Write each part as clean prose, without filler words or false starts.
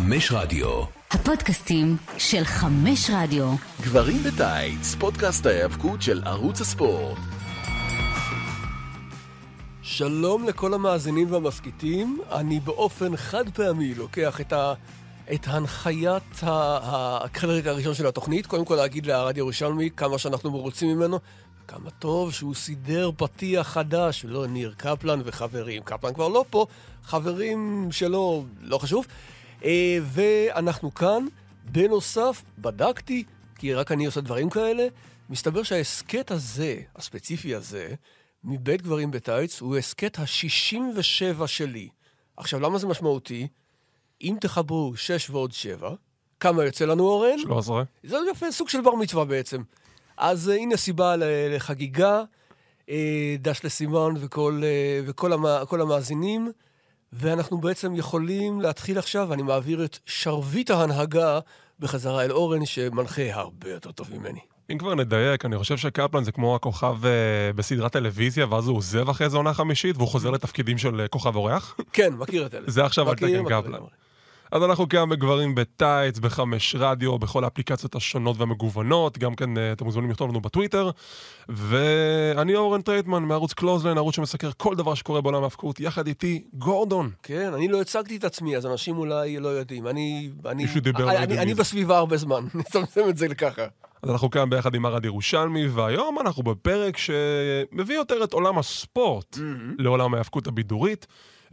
חמש רדיו. הפודקאסטים של חמש רדיו. גברים בטייץ, פודקאסט ההיאבקות של ערוץ הספורט. שלום לכל המאזינים והמסכיתים. אני באופן חד פעמי לוקח את הנחיית החלק הראשון של התוכנית. קודם כל להגיד לרדיו ירושלמי כמה שאנחנו מרוצים ממנו. כמה טוב שהוא סידר פתיח חדש, ולא ניר קפלן וחברים. קפלן כבר לא פה, חברים שלו לא חשוב. ואנחנו כאן. בנוסף, בדקתי, כי רק אני עושה דברים כאלה, מסתבר שהעסקט הזה, הספציפי הזה, מבית גברים בטייץ, הוא העסקט ה-67 שלי. עכשיו, למה זה משמעותי? אם תחברו 6 ועוד 7, כמה יוצא לנו אורן? 13. זה יפה, סוג של בר מצווה בעצם. אז הנה סיבה לחגיגה, דש לסימן וכל המאזינים, ואנחנו בעצם יכולים להתחיל עכשיו, אני מעביר את שרביט ההנהגה בחזרה אל אורן, שמנחה הרבה יותר טוב ממני. אם כבר נדייק, אני חושב שקפלן זה כמו הכוכב בסדרת טלוויזיה, ואז הוא עוזב אחרי זה עונה חמישית, והוא חוזר לתפקידים של כוכב אורח. כן, מכיר את אלה. זה עכשיו על תקן קפלן. אז אנחנו כאן בגברים בטייץ, בחמש רדיו, בכל האפליקציות השונות והמגוונות, גם כן אתם מוזמנים לכתוב לנו בטוויטר, ואני אורן טרייטמן מערוץ קלוזליין, ערוץ שמסקר כל דבר שקורה בעולם ההפקות, יחד איתי גורדון. כן, אני לא הצגתי את עצמי, אז אנשים אולי לא יודעים. אני אני בסביבה הרבה זמן, נצמצם את זה לככה. אז אנחנו כאן ביחד עם ערד ירושלמי, והיום אנחנו בפרק שמביא יותר את עולם הספורט לעולם ההפקות הבידורית,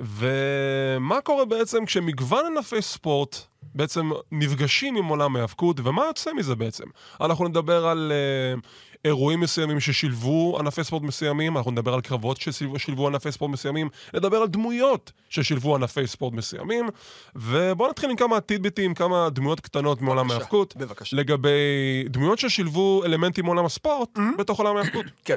ומה קורה בעצם כשמגוון ענפי ספורט בעצם נפגשים עם עולם ההפקות, ומה יוצא מזה בעצם? אנחנו נדבר על אירועים מסוימים ששילבו ענפי ספורט מסוימים, אנחנו נדבר על קרבות ששילבו ענפי ספורט מסוימים, נדבר על דמויות ששילבו ענפי ספורט מסוימים, ובואו נתחיל עם כמה טידביטים, כמה דמויות קטנות מעולם ההפקות, לגבי דמויות ששילבו אלמנטים מעולם הספורט בתוך עולם ההפקות. כן.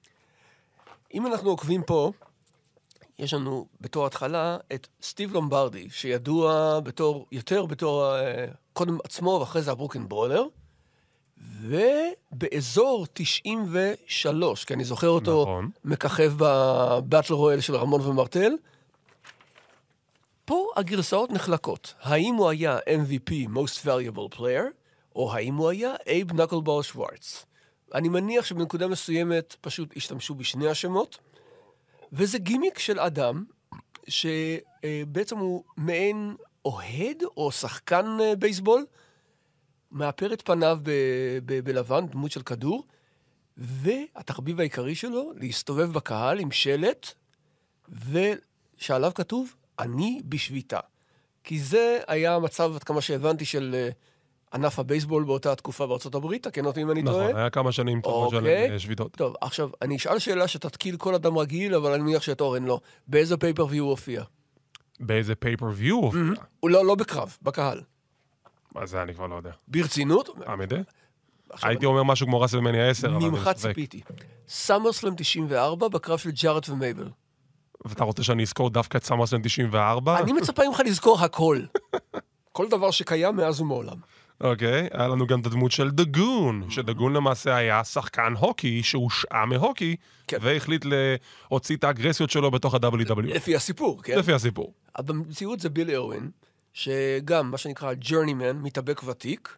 אם אנחנו עוקבים פה, יש לנו בתור התחלה את סטיב לומברדי, שידוע בתור קודם עצמו ואחרי זה הברוקן ברולר, ובאזור 93, כי אני זוכר אותו נכון. מככב בבטל רויאל של רמון ומרטל, פה הגרסאות נחלקות. האם הוא היה MVP, Most Valuable Player, או האם הוא היה אייב נקלבול שוורץ. אני מניח שבנקודה מסוימת פשוט השתמשו בשני השמות, וזה גימיק של אדם שבעצם הוא מעין אוהד או שחקן בייסבול, מאפר את פניו בלבן, דמות של כדור, והתחביב העיקרי שלו להסתובב בקהל עם שלט, ושעליו כתוב, אני בשביתה. כי זה היה המצב, עד כמה שהבנתי, של ענף הבייסבול באותה התקופה בארצות הברית, תקן אותי אם אני טועה. נכון, היה כמה שנים טובות של שביתות. טוב, עכשיו, אני אשאל שאלה שתתקיל כל אדם רגיל, אבל אני מניח שאת אורן לא. באיזה פייפר-ויו הופיע? באיזה פייפר-ויו הופיע? לא בקרב, בקהל. מה זה, אני כבר לא יודע. ברצינות? עמדה? הייתי אומר משהו כמו רסלמניה 10, אבל... ממך ציפיתי. סאמרסלאם 94 בקרב של ג'ארט ומייבל. ואתה רוצה שאני אזכור דווקא את סאמרסלאם 94? אני מצפה ממך לזכור הכל. כל דבר שקיים מאז ומעולם. אוקיי, היה לנו גם את הדמות של דגון, שדגון למעשה היה שחקן הוקי שהושעה מהוקי, והחליט להוציא את האגרסיות שלו בתוך ה-WWE. לפי הסיפור, כן? לפי הסיפור. במציאות זה ביל אירווין, שגם מה שנקרא ג'רנימן, מתאבק ותיק,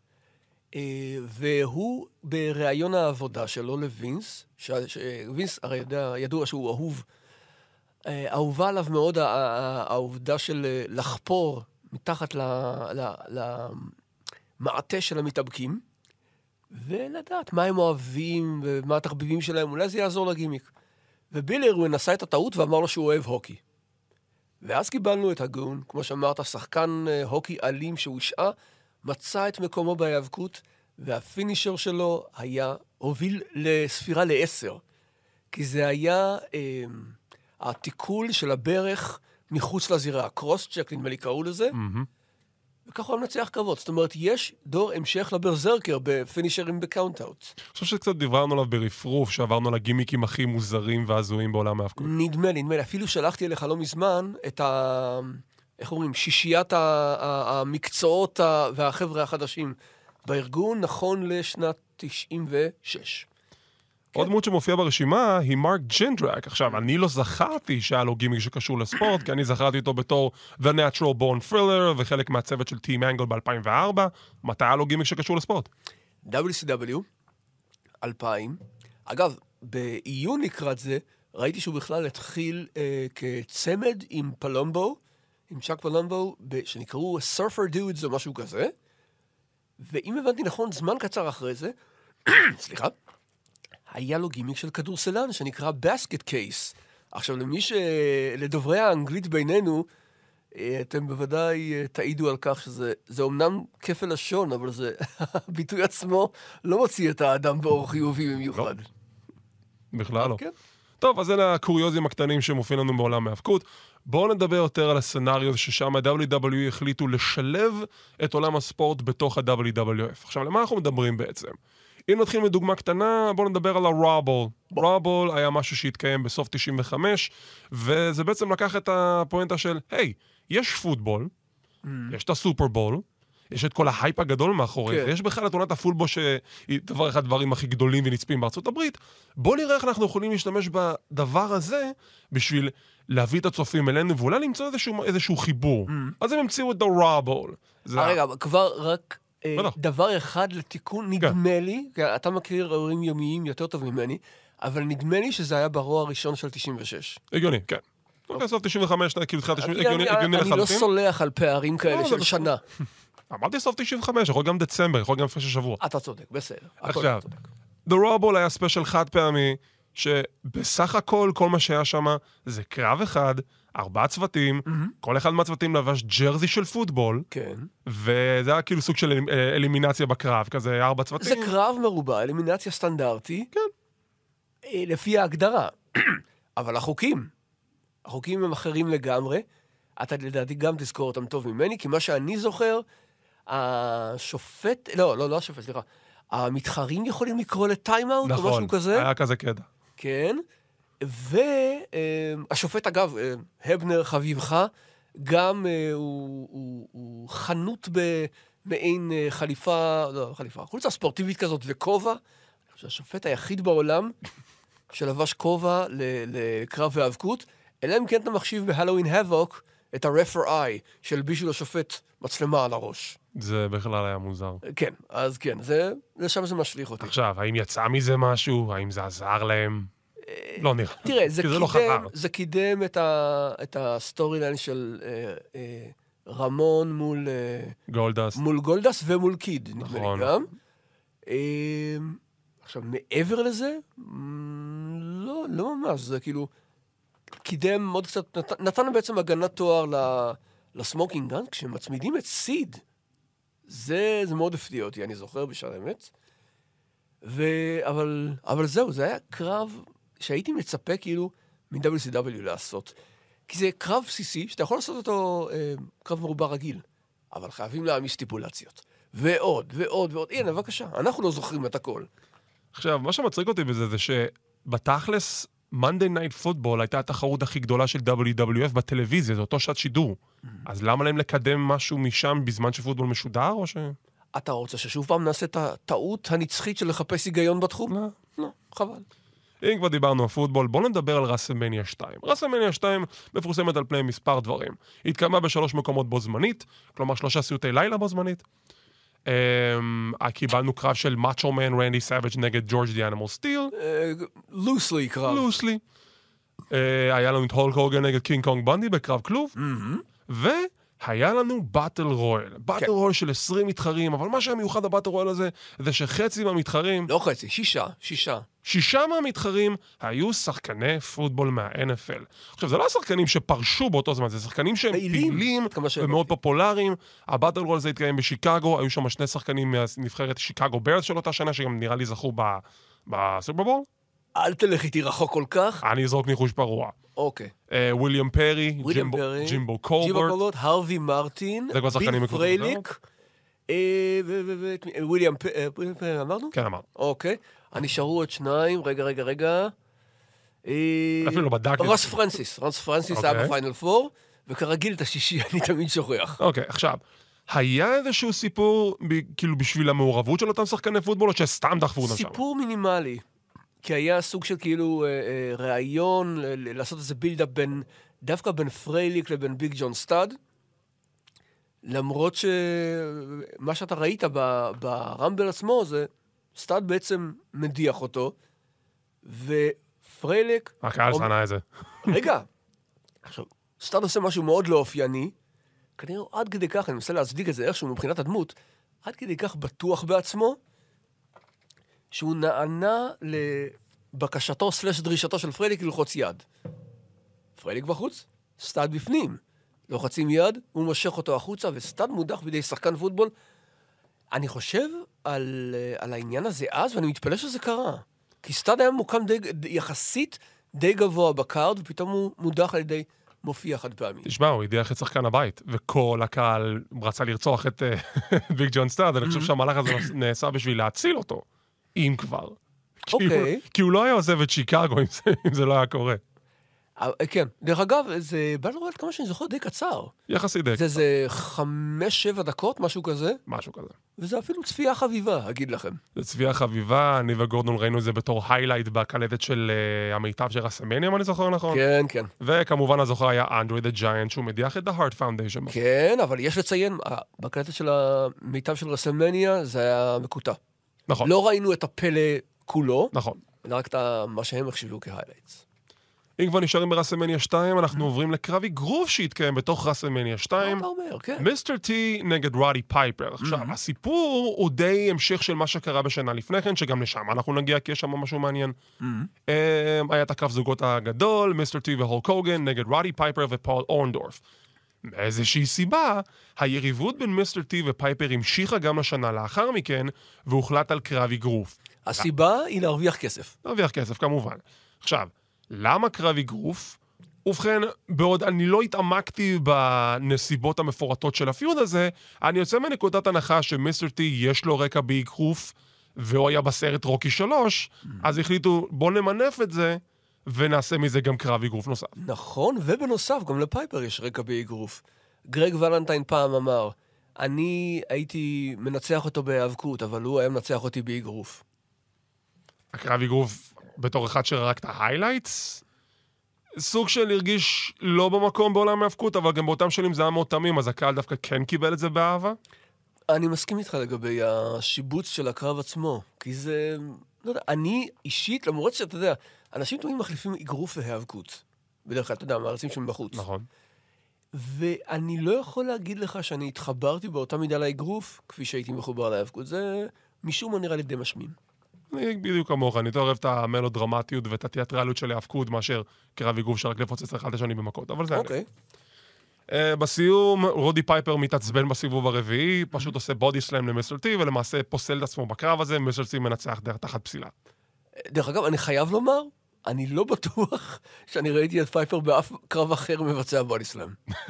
והוא בראיון העבודה שלו לווינס, שווינס הרי ידוע שהוא אהוב, אהובה עליו מאוד העובדה של לחפור מתחת למעטה של המתאבקים, ולדעת מה הם אוהבים ומה התחביבים שלהם, אולי זה יעזור לגימיק. וביל אירווין עשה את הטעות ואמר לו שהוא אוהב הוקי. ואז קיבלנו את הגון, כמו שאמרת, שחקן הוקי אלים שהושעה, מצא את מקומו בהיאבקות, והפינישר שלו הוביל לספירה ל10. כי זה היה התיקול של הברך מחוץ לזירה, הקרוס צ'ק, נדמה לי קראו לזה, וככה הוא מנצח קרבות. זאת אומרת, יש דור המשך לברזרקר בפינישרים בקאונט-אאוט. אני חושב שקצת דיברנו עליו ברפרוף, שעברנו לגימיקים הכי מוזרים והזויים בעולם ההפקות. נדמה לי. אפילו שלחתי אליך לא מזמן את איך אומרים, שישיית המקצועות והחבר'ה החדשים בארגון, נכון לשנת 96. עוד דמות שמופיע ברשימה היא מרק ג'ינדרק. עכשיו, אני לא זכרתי שהיה לו גימיק שקשור לספורט, כי אני זכרתי אותו בתור The Natural Born Thriller, וחלק מהצוות של טים אנגל ב-2004. מתי היה לו גימיק שקשור לספורט? WCW, 2000. אגב, בעיון לקראת זה, ראיתי שהוא בכלל התחיל כצמד עם פלומבו, עם צ'אק פלומבו, שנקראו Surfer Dudes או משהו כזה. ואם הבנתי נכון, זמן קצר אחרי זה, סליחה, היה לו גימיק של כדורסלן שנקרא Basket Case. עכשיו, לדוברי האנגלית בינינו, אתם בוודאי תעידו על כך שזה אומנם כפל לשון, אבל הביטוי עצמו לא מוציא את האדם באור חיובי במיוחד. בכלל לא. כן. טוב, אז אלה הקוריוזים הקטנים שמופיעים לנו בעולם ההאבקות. בואו נדבר יותר על הסצנריו ששם ה-WWE החליטו לשלב את עולם הספורט בתוך ה-WWF. עכשיו, למה אנחנו מדברים בעצם? אם נתחיל מדוגמה קטנה, בואו נדבר על הרובול. רובול היה משהו שהתקיים בסוף 95, וזה בעצם לקח את הפואנטה של, היי, יש פוטבול, יש את הסופרבול, יש את כל ההייפ הגדול מאחורי, יש בכלל את עונת הפוטבול שהיא דבר אחד הדברים הכי גדולים ונצפים בארצות הברית. בואו נראה איך אנחנו יכולים להשתמש בדבר הזה בשביל להביא את הצופים אלינו, ואולי למצוא איזשהו חיבור. אז הם המציאו את הרובול. רגע, כבר רק דבר אחד לתיקון, נדמה לי, אתה מכיר אירועים יומיים יותר טוב ממני, אבל נדמה לי שזה היה ברוע הראשון של 96. הגיוני, כן. אוקיי, סוף 95, כאילו תחילת הגיוני לחלוטין. אני לא סולח על פערים כאלה של שנה. אמרתי סוף 95, יכול גם דצמבר, יכול גם הפרש השבוע. אתה צודק, בסדר. עכשיו, The Rumble היה ספיישל חד פעמי, שבסך הכל, כל מה שהיה שם, זה קרב אחד, 4 צוותים, כל אחד מהצוותים לבש ג'רזי של פוטבול, כן. וזה היה כאילו סוג של אלימינציה בקרב, כזה 4 צוותים. זה קרב מרובע, אלימינציה סטנדרטי, כן. לפי ההגדרה. אבל החוקים הם אחרים לגמרי. אתה לדעתי גם תזכור אותם טוב ממני, כי מה שאני זוכר, השופט, לא השופט, סליחה, המתחרים יכולים לקרוא לטיימאוט או משהו כזה. נכון, היה כזה קטע. כן, והשופט אגב, הבנר חביבך, גם הוא חנות במעין חליפה, לא חליפה, חולצה ספורטיבית כזאת וכובע, שהשופט היחיד בעולם שלבש כובע לקרב והאבקות, אלא אם כן אתה מחשיב בהלואוין האבוק את ה-Refer Eye של בישול השופט מצלמה על הראש. זה בכלל היה מוזר. כן, אז כן, לשם זה משליך אותי. עכשיו, האם יצא מזה משהו? האם זה עזר להם? לא נראה. תראה, זה קידם את הסטורי ליין של רמון מול גולדס ומול קיד, נדמה לי גם. עכשיו, מעבר לזה, לא ממש, זה כאילו קידם מאוד קצת, נתנו בעצם הגנת תואר לסמוקינג גן, כשמצמידים את סיד, זה מאוד הפתיע אותי, אני זוכר בשעה אמת. אבל זהו, זה היה קרב שהייתי מצפה כאילו מ-WCW לעשות. כי זה קרב בסיסי, שאתה יכול לעשות אותו קרב מרובע רגיל, אבל חייבים להעמיס סטיפולציות. ועוד, ועוד, ועוד. הנה, בבקשה, אנחנו לא זוכרים את הכל. עכשיו, מה שמצחיק אותי בזה זה שבתכלס, Monday Night Football הייתה התחרות הכי גדולה של WWF בטלוויזיה, זה אותו שעת שידור. אז למה להם לקדם משהו משם בזמן שפוטבול משודר, או ש... אתה רוצה ששוב פעם נעשה את הטעות הנצחית של לחפש היגיון בתחום? לא, חבל. אם כבר דיברנו על פוטבול, בואו נדבר על רסלמניה 2. רסלמניה 2 מפורסמת על פני מספר דברים. היא התקיימה ב3 מקומות בו זמנית, כלומר 3 סיוטי לילה בו זמנית. קיבלנו קרב של מאצ'ו מן רנדי סאביג' נגד ג'ורג' די אנימל סטיל. לוסלי קרב. לוסלי. היה לנו את הולק הוגן נגד קינג קונג בנדי בקרב כלוב. והיה לנו באטל רויאל. באטל רויאל של 20 מתחרים, אבל מה שהמיוחד בבאטל רויאל הזה, זה שחצי מהמתחרים... לא חצי, 6 מהמתחרים היו שחקני פוטבול מה-NFL. עכשיו, זה לא השחקנים שפרשו באותו זמן, זה שחקנים שהם פעילים ומאוד פופולריים. הבאטל רויאל הזה התקיים בשיקגו, היו שם 2 שחקנים מהנבחרת שיקגו ברס של אותה שנה, שגם נראה לי זכו בסופרבול. אל תלך איתי רחוק כל כך. אני אזרוק ניחוש פרוע. אוקיי. וויליאם פרי, ג'ימבו קולברט. הרווי מרטין, ביל פרייליק, וויליאם פרי, אמרנו? כן, אמרנו. אוקיי. נשארו עוד 2, רגע. אפילו לא בדקתי. רוס פרנסיס היה בפיינל 4, וכרגיל את השישי אני תמיד שוכח. אוקיי, עכשיו, היה איזשהו סיפור כאילו בשביל המעורבות של אותם שחקני פוטבול, או שסתם דחפו אותם שם? סיפור מינימלי. כי היה סוג של כאילו רעיון לעשות איזה בילדאפ דווקא בין פרייליק לבין ביג ג'ון סטאד, למרות שמה שאתה ראית ברמבל עצמו זה סטאד בעצם מדיח אותו, ופרייליק... הקהל שנא את זה. רגע, עכשיו, סטאד עושה משהו מאוד לא אופייני, כנראה עד כדי כך, אני מנסה להצדיק את זה איכשהו מבחינת הדמות, עד כדי כך בטוח בעצמו, שהוא נענה לבקשתו סלש דרישתו של פרייליק ללחוץ יד. פרייליק בחוץ, סטאד בפנים. לוחצים יד, הוא מושך אותו החוצה, וסטאד מודח בידי שחקן פוטבול. אני חושב על העניין הזה אז, ואני מתפלא שזה קרה. כי סטאד היה מוקם יחסית די גבוה בקארד, ופתאום הוא מודח על ידי מופיע חד פעמי. תשמע, הוא הדיח את שחקן הבית, וכל הקהל רצה לרצוח את ביג ג'ון סטאד, אני חושב שהמהלך הזה נעשה בשביל להציל אותו, אם כבר. אוקיי. כי הוא לא היה עוזב את שיקגו אם זה לא היה קורה. כן, דרך אגב, זה בא לראות כמה שאני זוכר די קצר. יחסית די קצר. זה 5-7 דקות, משהו כזה. משהו כזה. וזה אפילו צפייה חביבה, אגיד לכם. זה צפייה חביבה, אני וגורדון ראינו את זה בתור היילייט בקלטת של המיטב של רסלמניה, אם אני זוכר נכון. כן, כן. וכמובן הזוכר היה אנדרי דה ג'יינט, שהוא מדיח את ה-Heart Foundation. כן, אבל יש לציין, בקלטת של המיטב של רסלמניה, זה היה מקוטע. נכון. לא ראינו את הפלא כולו. נכון. אלא רק מה שהם החשיבו כהיילייטס. אם כבר נשארים ברסלמניה 2, אנחנו עוברים לקרב אגרוף שהתקיים בתוך רסלמניה 2. מה אתה אומר, כן. מיסטר טי נגד רודי פייפר. עכשיו, הסיפור הוא די המשך של מה שקרה בשנה לפני כן, שגם לשם אנחנו נגיע, כי יש שם משהו מעניין. היה את הקרב זוגות הגדול, מיסטר טי והולק הוגן, נגד רודי פייפר ופול אורנדורף. מאיזושהי סיבה, היריבות בין מיסטר טי ופייפר המשיכה גם לשנה לאחר מכן, והוחלט על קרב אגרוף. הסיבה היא להרוויח כסף. להרוויח כסף, כמובן. עכשיו, למה קרב אגרוף? ובכן, בעוד אני לא התעמקתי בנסיבות המפורטות של הפיוד הזה, אני יוצא מנקודת הנחה שמיסטר טי יש לו רקע באגרוף, והוא היה בסרט רוקי 3, אז החליטו, בוא נמנף את זה, ונעשה מזה גם קרב אגרוף נוסף. נכון, ובנוסף, גם לפייפר יש רקע באגרוף. גרג ולנטיין פעם אמר, אני הייתי מנצח אותו בהיאבקות, אבל הוא היה מנצח אותי באגרוף. הקרב אגרוף בתור אחד שראה את ההיילייטס, סוג של הרגיש לא במקום בעולם ההאבקות, אבל גם באותם שנים זה היה מאוד תמים, אז הקהל דווקא כן קיבל את זה באהבה. אני מסכים איתך לגבי השיבוץ של הקרב עצמו, כי זה, לא יודע, אני אישית, למרות שאתה יודע, אנשים תמיד מחליפים אגרוף והיאבקות. בדרך כלל, אתה יודע, מערצים שם בחוץ. נכון. ואני לא יכול להגיד לך שאני התחברתי באותה מידה לאגרוף, כפי שהייתי מחובר להיאבקות. זה משום מה נראה לי די משמים. אני בדיוק כמוך, אני יותר אוהב את המלודרמטיות ואת התיאטרליות של ההאבקות, מאשר קרב אגרוף שרק לפוצץ אחד את השני במכות, אבל זה... אוקיי. בסיום, רודי פייפר מתעצבן בסיבוב הרביעי, פשוט עושה בודי סלאם למיסטר טי, ולמעשה פוסל את עצמו בקרב הזה, מיסטר טי מנצח תחת פסילה. דרך אגב, אני חייב לומר, אני לא בטוח שאני ראיתי את פייפר באף קרב אחר מבצע בודי סלאם.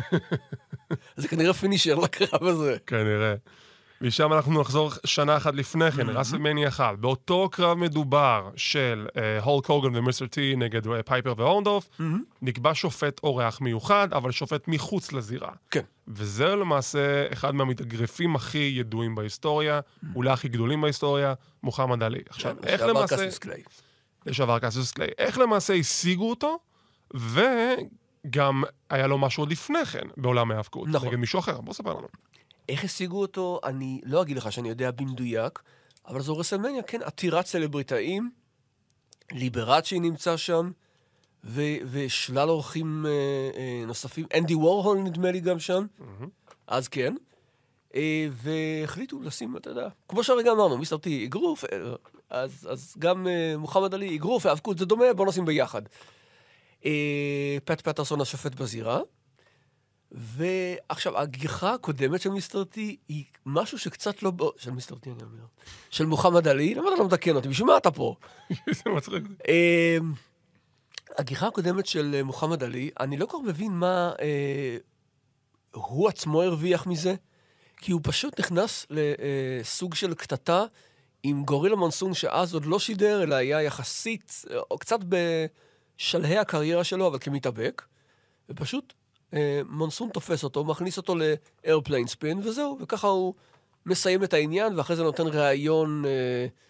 זה כנראה פינישר לקרב הזה. כנראה. משם אנחנו נחזור שנה אחת לפני כן, רסלמניה 1. באותו קרב מדובר של הולק הוגן ומיסטר טי נגד פייפר ואורנדורף, נקבע שופט אורח מיוחד, אבל שופט מחוץ לזירה. כן. וזה למעשה אחד מהמתאגרפים הכי ידועים בהיסטוריה, אולי הכי גדולים בהיסטוריה, מוחמד עלי. עכשיו, איך למעשה... לשעבר קסיוס קליי. איך למעשה השיגו אותו, וגם היה לו משהו עוד לפני כן בעולם ההאבקות. נכון. נגד מישהו אחר. בוא ספר לנו. איך השיגו אותו, אני לא אגיד לך שאני יודע במדויק, אבל זו רסלמניה, כן, עתירת סלבריטאים, ליברצ'י נמצא שם, ושלל אורחים נוספים, אנדי וורהול נדמה לי גם שם, אז כן, והחליטו לשים, אתה יודע, כמו שהרגע אמרנו, מיסטר טי אגרוף, אז גם מוחמד עלי אגרוף, האבקות זה דומה, בוא נשים ביחד. פט פטרסון השופט בזירה, ועכשיו, הגיחה הקודמת של מיסטר טי היא משהו שקצת לא... של מיסטר טי, אני אומר. של מוחמד עלי, למה אתה לא מתקן אותי? בשביל מה אתה פה? זה מצחיק. הגיחה הקודמת של מוחמד עלי, אני לא כל כך מבין מה הוא עצמו הרוויח מזה, כי הוא פשוט נכנס לסוג של קטטה עם גורילה מונסון, שאז עוד לא שידר, אלא היה יחסית, או קצת בשלהי הקריירה שלו, אבל כמתאבק, ופשוט... מונסון תופס אותו, מכניס אותו לאיירפליין ספין, וזהו, וככה הוא מסיים את העניין, ואחרי זה נותן ראיון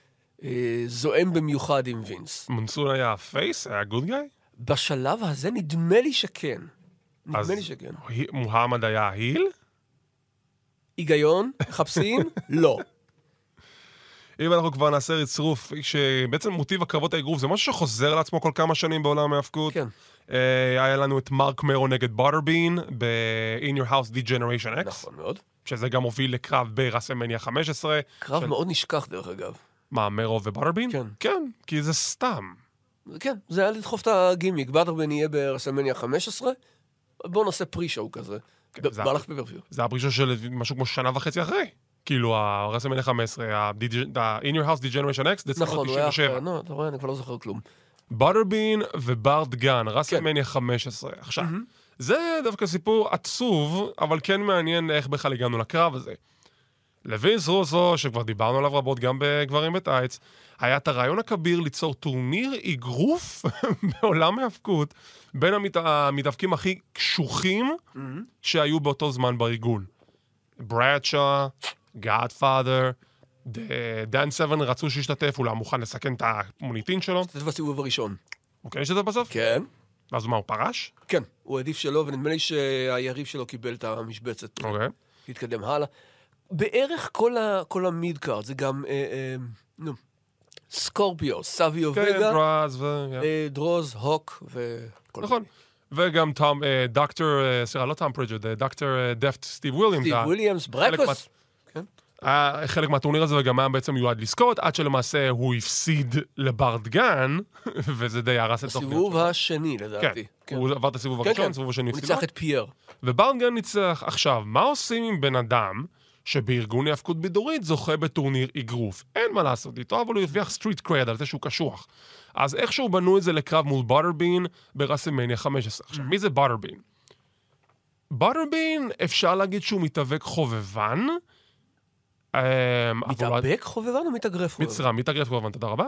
זועם במיוחד עם וינס. מונסון היה פייס? היה גוד גאי? בשלב הזה נדמה לי שכן. נדמה לי שכן. מוחמד היה היל? היגיון? חפשים? לא. אם אנחנו כבר נעשה רצרוף, שבעצם מוטיב הקרבות האגרוף זה משהו שחוזר לעצמו כל כמה שנים בעולם ההפקות. כן. היה לנו את מרק מרו נגד בוטרבין ב-In Your House Degeneration X. נכון מאוד. שזה גם הוביל לקרב ברסלמניה 15. קרב מאוד נשכח דרך אגב. מה, מרו ובוטרבין? כן. כן, כי זה סתם. כן, זה היה לדחוף את הגימיק. בוטרבין יהיה ברסלמניה 15, בואו נעשה פרי-שואו כזה. בהלך פייפריוויו. זה הפרישה של משהו כמו שנה וחצי אחרי. כאילו, הרסלמניה 15, ה-In Your House Degeneration X, דצמבר 97. לא, אתה רואה, אני כבר לא זוכר כלום. בוטרבין וברט גן, רסלמניה 15. עכשיו, זה דווקא סיפור עצוב, אבל כן מעניין איך בכלל הגענו לקרב הזה. לווינס רוסו, שכבר דיברנו עליו רבות גם בגברים בטייץ, היה את הרעיון הכביר ליצור טורניר אגרוף בעולם ההפקות, בין המתאבקים הכי קשוחים שהיו באותו זמן בריגול. ברדשו, גאדפאדר, דן סבן רצו שישתתף, אולי מוכן לסכן את המוניטין שלו. זה בסיבוב הראשון. הוא כן השתתף בסוף? כן. ואז מה, הוא פרש? כן, הוא עדיף שלו, ונדמה לי שהיריב שלו קיבל את המשבצת. אוקיי. להתקדם הלאה. בערך כל המידקארד, זה גם, סקורפיו, סאביו וגה, דרוז, הוק וכל זה. נכון. וגם דוקטור דפט סטיב וויליאמס. סטיב וויליאמס, ברקוס. חלק מהטורניר הזה וגם היה בעצם מיועד לזכות, עד שלמעשה הוא הפסיד לברט גן, וזה די הרס את תוכניות. הסיבוב השני, לדעתי. כן, הוא עבר את הסיבוב הראשון, סיבוב השני הוא ניצח את פייר. וברט גן ניצח. עכשיו, מה עושים עם בן אדם שבארגון ההפקות בידורית זוכה בטורניר אגרוף? אין מה לעשות איתו, אבל הוא ירוויח סטריט קרד על זה שהוא קשוח. אז איכשהו בנו את זה לקרב מול בוטרבין ברסלמניה 15. עכשיו, מי זה בוטרבין? בוטרבין, אפשר להגיד שהוא מתאבק חובבן, מתאבק חובבן או מתאגרף חובבן? מתאגרף חובבן, תודה רבה.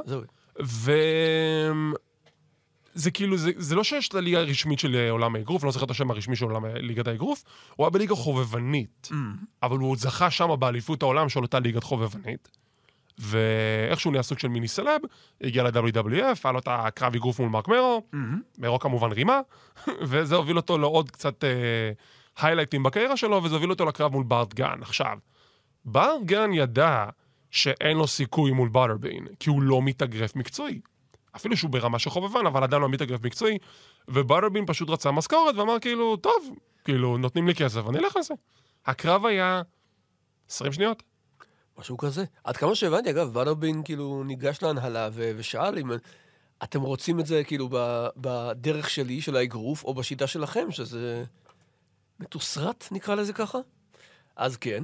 זה כאילו, זה לא שיש את הליגה הרשמית של עולם האגרוף, לא צריך את השם הרשמי של עולם ליגת האגרוף, הוא היה בליגה חובבנית, אבל הוא זכה שם באליפות העולם של אותה ליגת חובבנית, ואיכשהו נהיה סוג של מיני סלב, הגיע ל-WWF, היה לו את הקרב אגרוף מול מרק מרו, מרו כמובן רימה, וזה הוביל אותו לעוד קצת היילייטים בקריירה שלו, וזה הוביל אותו לקרב מול ברט גן. עכשיו, ברט גן ידע שאין לו סיכוי מול בוטרבין, כי הוא לא מתאגרף מקצועי. אפילו שהוא ברמה של חובבן, אבל עדיין לא מתאגרף מקצועי, ובוטרבין פשוט רצה משכורת, ואמר כאילו, טוב, כאילו, נותנים לי כסף, אני אלך לזה. הקרב היה 20 שניות. משהו כזה. עד כמה שהבנתי, אגב, בוטרבין כאילו ניגש להנהלה ושאל אם אתם רוצים את זה כאילו בדרך שלי, של האגרוף, או בשיטה שלכם, שזה מתוסרט, נקרא לזה ככה. אז כן.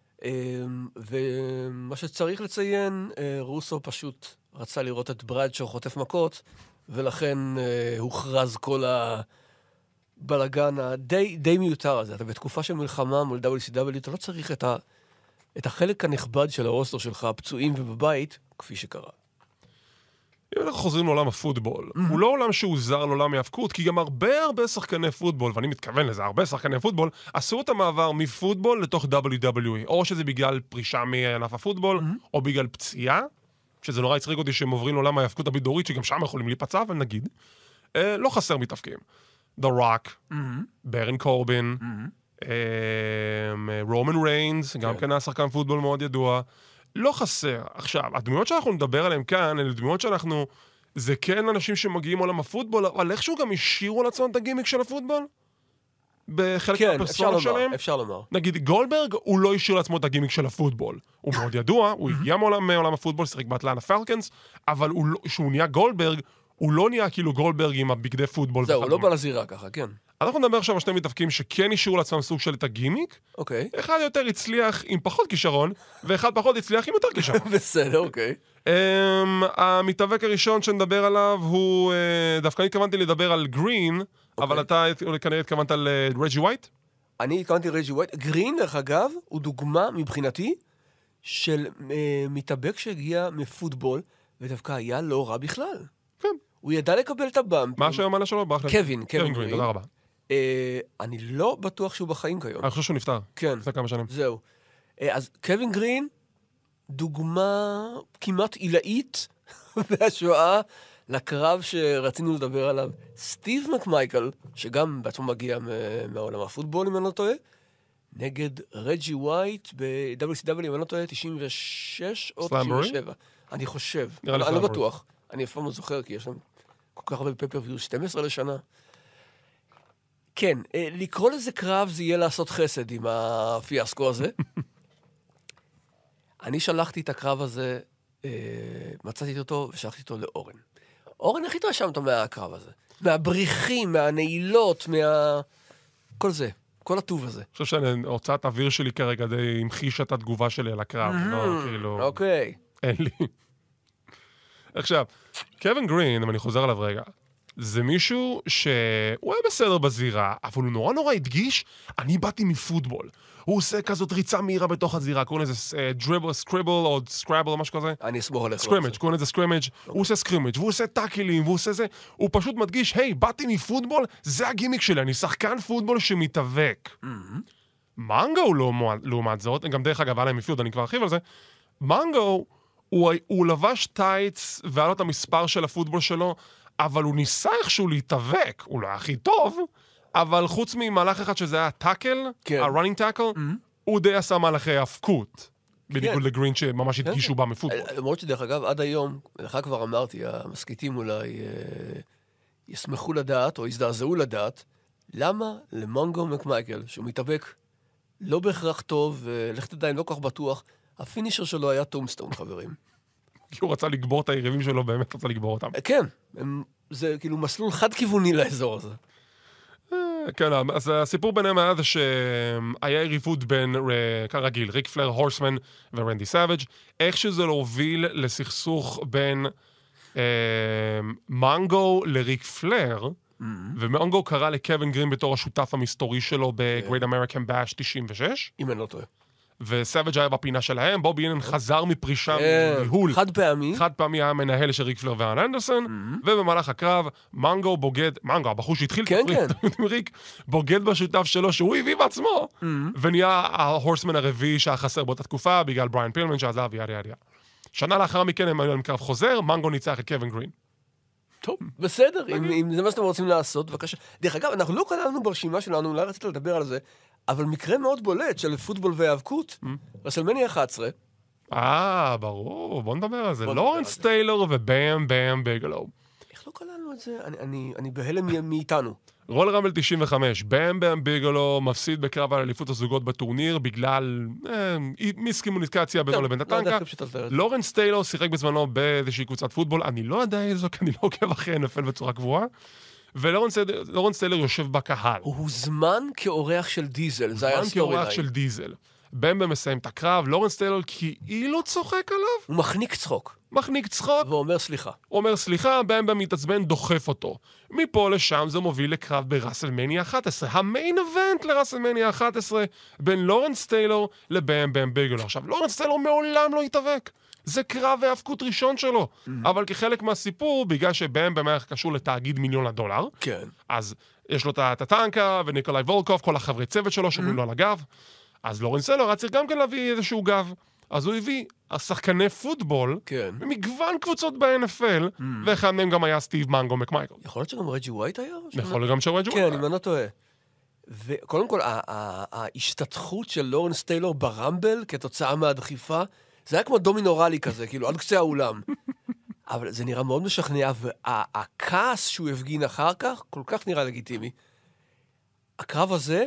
ומה שצריך לציין, רוסו פשוט רצה לראות את ברדשו חוטף מכות, ולכן הוכרז כל הבלגן הדי מיותר הזה. אתה בתקופה של מלחמה מול WCW, אתה לא צריך את החלק הנכבד של הרוסטר שלך, הפצועים ובבית, כפי שקרה. אם אנחנו חוזרים לעולם הפוטבול, הוא לא עולם שהוא זר לעולם ההפקות, כי גם הרבה שחקני פוטבול, ואני מתכוון לזה, הרבה שחקני פוטבול, עשו את המעבר מפוטבול לתוך WWE, או שזה בגלל פרישה מענף הפוטבול, או בגלל פציעה, שזה נורא הצחיק אותי שהם עוברים לעולם ההפקות הבידורית, שגם שם יכולים להיפצע, אבל נגיד, לא חסר מתאבקים. The Rock, ברן קורבין, רומן ריינס, גם כן היה שחקן פוטבול מאוד ידוע, לא חסר. עכשיו, הדמויות שאנחנו נדבר עליהן כאן, אלה דמויות שאנחנו, זה כן אנשים שמגיעים עולם הפוטבול, אבל איכשהו גם השאירו לעצמם את הגימיק של הפוטבול? בחלק מהפרסונות שלהם? כן, אפשר לומר. נגיד, גולדברג, הוא לא השאיר לעצמו את הגימיק של הפוטבול. הוא מאוד ידוע, הוא הגיע מעולם הפוטבול, שיחק באטלנטה פלקונס, אבל כשהוא נהיה גולדברג, הוא לא נהיה כאילו גולדברג עם הבגדי פוטבול. זהו, הוא לא בא לזירה ככה, כן. אנחנו נדבר עכשיו על שני מתאבקים שכן השאירו לעצמם סוג של את הגימיק. אוקיי. אחד יותר הצליח עם פחות כישרון, ואחד פחות הצליח עם יותר כישרון. בסדר, אוקיי. המתאבק הראשון שנדבר עליו הוא, דווקא אני התכוונתי לדבר על גרין, אבל אתה כנראה התכוונת על רג'י ווייט? אני התכוונתי רג'י ווייט. גרין, דרך אגב, הוא דוגמה מבחינתי של מתאבק שהגיע מפוטבול, ודווקא היה לא רע בכלל. כן. הוא ידע לקבל את הבאמפ. מה השם שלו? קווין גרין. תודה רבה. אני לא בטוח שהוא בחיים כיום. אני חושב שהוא נפטר. כן. לפני כמה שנים. זהו. אז קווין גרין, דוגמה כמעט עילאית בהשוואה לקרב שרצינו לדבר עליו. סטיב מקמייקל, שגם בעצמו מגיע מהעולם הפוטבול, אם אני לא טועה, נגד רג'י ווייט ב-WCW, אם אני לא טועה, 96 או 97. אני חושב. אני לא בטוח. אני אף פעם לא זוכר, כי יש שם כל כך הרבה פייפריוויו, 12 לשנה. כן, לקרוא לזה קרב זה יהיה לעשות חסד עם הפיאסקו הזה. אני שלחתי את הקרב הזה, מצאתי אותו ושלחתי אותו לאורן. אורן הכי התרשם אותו מהקרב הזה. מהבריחים, מהנעילות, כל זה. כל הטוב הזה. אני חושב שהוצאת האוויר שלי כרגע די המחישה את התגובה שלי על הקרב. לא, כאילו... אוקיי. אין לי. עכשיו, קווין גרין, אם אני חוזר עליו רגע, זה מישהו שהוא היה בסדר בזירה, אבל הוא נורא נורא הדגיש, אני באתי מפוטבול. הוא עושה כזאת ריצה מהירה בתוך הזירה, קוראים לזה דריבל, סקריבל או סקראבל או משהו כזה. אני אסמוך עליך. סקרימג', קוראים לזה סקרימג', הוא עושה סקרימג', והוא עושה טאקלים, והוא עושה זה, הוא פשוט מדגיש, היי, באתי מפוטבול, זה הגימיק שלי, אני שחקן פוטבול שמתאבק. מנגו לעומת זאת, גם דרך אגב, עליהם מפיוד, אני כבר ארחיב על זה, מנגו, הוא לבש טייץ, והיה לו את המספר של הפוטבול שלו, אבל הוא ניסה איכשהו להתאבק, הוא לא היה הכי טוב, אבל חוץ ממהלך אחד שזה היה טאקל, ה-running tackle, הוא די עשה מהלכי ההפקות, בניגוד לגרין שממש הדגישו בה מפוטבול. למרות שדרך אגב, עד היום, לך כבר אמרתי, המסכיתים אולי ישמחו לדעת, או יזדעזעו לדעת, למה למונגו מקמייקל, שהוא מתאבק לא בהכרח טוב, ולכת עדיין לא כך בטוח, הפינישר שלו היה טומסטון, חברים. כי הוא רצה לגבור את היריבים שלו, באמת רצה לגבור אותם. כן, זה כאילו מסלול חד-כיווני לאזור הזה. כן, אז הסיפור ביניהם היה זה שהיה יריבות בין, כרגיל, ריק פלר, הורסמן ורנדי סאביג', איך שזה להוביל לסכסוך בין מנגו לריק פלר, ומנגו קרא לקווין גרין בתור השותף המסתורי שלו ב-Great American Bash 96. אם אני לא טועה. וסאביג' היה בפינה שלהם, בובי אינן חזר מפרישה מניהול. חד פעמי. חד פעמי היה מנהל של ריק פלר ואן אנדרסון, ובמהלך הקרב, מנגו בוגד, מנגו, הבחור שהתחיל את ריק, בוגד בשותף שלו, שהוא הביא בעצמו, ונהיה ההורסמן הרביעי שהיה חסר באותה תקופה, בגלל בריין פילמן שעזב, ידה ידה. שנה לאחר מכן הם היו קרב חוזר, מנגו ניצח את קווין גרין. טוב, בסדר, אם זה מה שאתם רוצים לעשות, בבקשה. דרך אגב, אנחנו לא כללנו ברשימה שלנו, אולי רצית לדבר על זה, אבל מקרה מאוד בולט של פוטבול והיאבקות, רסלמניה 11. ברור, בוא נדבר על זה. לורנס טיילור ובאם ביגלו. איך לא כללנו את זה? אני בהלם מאיתנו. רול רמבל 95, באם ביגלו מפסיד בקרב על אליפות הזוגות בטורניר בגלל מיסקומוניקציה בינו לבין הטנקה. לורנס טיילור שיחק בזמנו באיזושהי קבוצת פוטבול, אני לא יודע איזו, כי אני לא עוקב אחרי NFL בצורה קבועה. ולורנס טיילר יושב בקהל. הוא הוזמן כאורח של דיזל, זה היה סטורי ליין. כאורח של דיזל. במבה מסיים את הקרב, לורנס טיילר כאילו צוחק עליו. הוא מחניק צחוק. מחניק צחוק. ואומר סליחה. הוא אומר סליחה, במבה מתעצבן, דוחף אותו. מפה לשם זה מוביל לקרב ברסלמניה 11. המיין אבנט לרסלמניה 11, בין לורנס טיילור לבאם ביגלו. עכשיו, לורנס טיילור מעולם לא התאבק. זה קרב והאבקות ראשון שלו. אבל כחלק מהסיפור, בגלל שבאם במערך קשור לתאגיד $1,000,000, כן. אז יש לו את הטנקה וניקולאי וולקוב, כל החברי צוות שלו שומעים לו על הגב. אז לורנס טיילור צריך גם כן להביא איזשהו גב. אז הוא הביא השחקני פוטבול, ממגוון קבוצות ב-NFL, ואחד מהם גם היה סטיב מנגו מקמייקל. יכול להיות שגם רג'י ווייט היה? יכול להיות גם שרג'י ווייט. כן, אם אני לא טועה. וקודם כל, ההשתתחות של לורנס טיילור ברמבל, כתוצאה מהדחיפה, זה היה כמו דומינורלי כזה, כאילו, עד קצה האולם. אבל זה נראה מאוד משכנע, והכעס שהוא הפגין אחר כך, כל כך נראה לגיטימי. הקרב הזה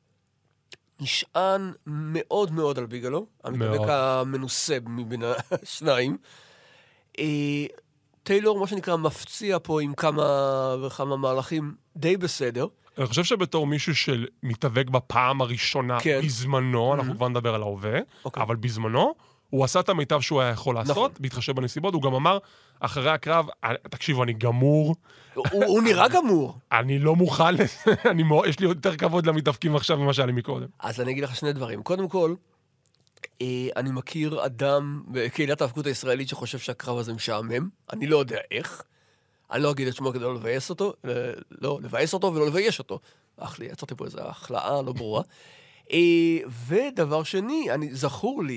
נשען מאוד מאוד על ביגלו, המתאבק המנוסה מבין השניים. טיילור, מה שנקרא, מפציע פה עם כמה וכמה מהלכים די בסדר. אני חושב שבתור מישהו שמתאבק בפעם הראשונה בזמנו, אנחנו כבר נדבר על ההווה, אבל בזמנו, הוא עשה את המיטב שהוא היה יכול לעשות, בהתחשב בנסיבות, הוא גם אמר, אחרי הקרב, תקשיבו, אני גמור. הוא נראה גמור. אני לא מוכן, יש לי יותר כבוד למתאבקים עכשיו ממה שהיה לי מקודם. אז אני אגיד לך שני דברים. קודם כל, אני מכיר אדם בקהילת האבקות הישראלית שחושב שהקרב הזה משעמם. אני לא יודע איך. אני לא אגיד את שמו כדי לא לבייס אותו, ולא לבייש אותו. יצרתי פה איזו החלאה לא ברורה. ודבר שני, זכור לי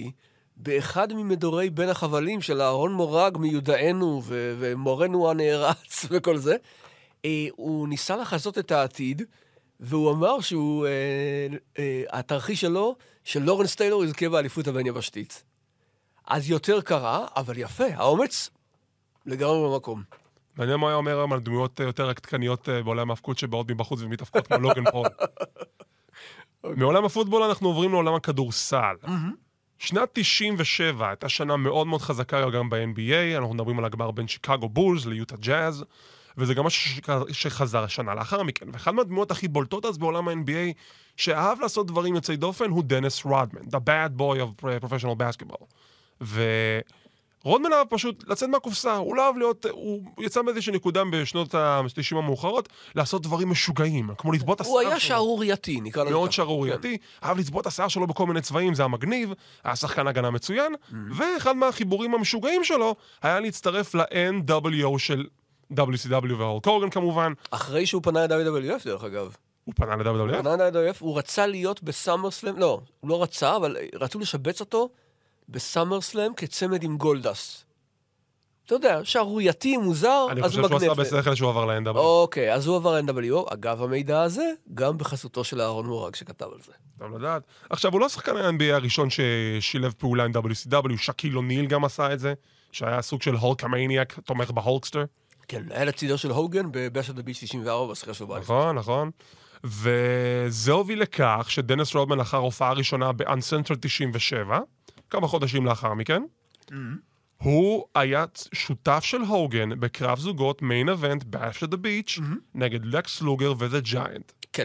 באחד ממדורי בין החבלים של אהרון מורג מיודענו ומורנו הנערץ וכל זה, הוא ניסה לחזות את העתיד, והוא אמר שהוא, התרחיש שלו, של לורנס טיילור יזכה באליפות הבין יבשתית. אז יותר קרה, אבל יפה, האומץ לגמרי במקום. מעניין מה היה אומר היום על דמויות יותר עקתקניות בעולם ההפקות שבאות מבחוץ ומתאפקות כמו לוגן פול. מעולם הפוטבול אנחנו עוברים לעולם הכדורסל. שנת 97 הייתה שנה מאוד מאוד חזקה גם ב-NBA, אנחנו מדברים על הגמר בין שיקגו בולס ליוטה ג'אז, וזה גם משהו שחזר השנה לאחר מכן. ואחד מהדמויות הכי בולטות אז בעולם ה-NBA, שאהב לעשות דברים יוצאי דופן, הוא דניס רודמן, the bad boy of professional basketball. ורודמן אהב פשוט לצאת מהקופסה, הוא לא אהב להיות, הוא יצא באיזושהי נקודה בשנות ה-90 המאוחרות, לעשות דברים משוגעים, כמו לצבות השיער שלו. הוא היה שערורייתי, נקרא לזה. מאוד שערורייתי, אהב לצבות השיער שלו בכל מיני צבעים, זה המגניב, היה שחקן הגנה מצוין, ואחד מהחיבורים המשוגעים שלו, היה להצטרף ל-NWO של WCW והולק הוגן כמובן. אחרי שהוא פנה ל-WWF דרך אגב. הוא פנה ל-WWF? הוא פנה ל-WWF, הוא רצה להיות בסאמרסלאם, לא, הוא לא רצה, אבל רצו לשבץ אותו בסאמרסלאם כצמד עם גולדס. אתה יודע, שערורייתי, מוזר, אז מגנט. אני חושב שהוא עשה בשכל שהוא עבר ל-NWO. אוקיי, אז הוא עבר ל-NWO, אגב המידע הזה, גם בחסותו של אהרון מורג שכתב על זה. טוב לדעת. עכשיו, הוא לא שחקן ה-NBA הראשון ששילב פעולה עם WCW, שקיל אוניל גם עשה את זה, שהיה סוג של הולקמניאק, תומך בהולקסטר. כן, היה לצידו של הוגן בבאש אט דה ביץ' 94 בשחייה של בייס. נכון, נכון. וזה הוביל לכך שדניס רודמן לאחר הופעה ראשונה ב-Uncensored 97, כמה חודשים לאחר מכן, הוא היה שותף של הוגן בקרב זוגות מיין אבנט באש אט דה ביץ' נגד לקס לוגר וזה ג'יינט. כן.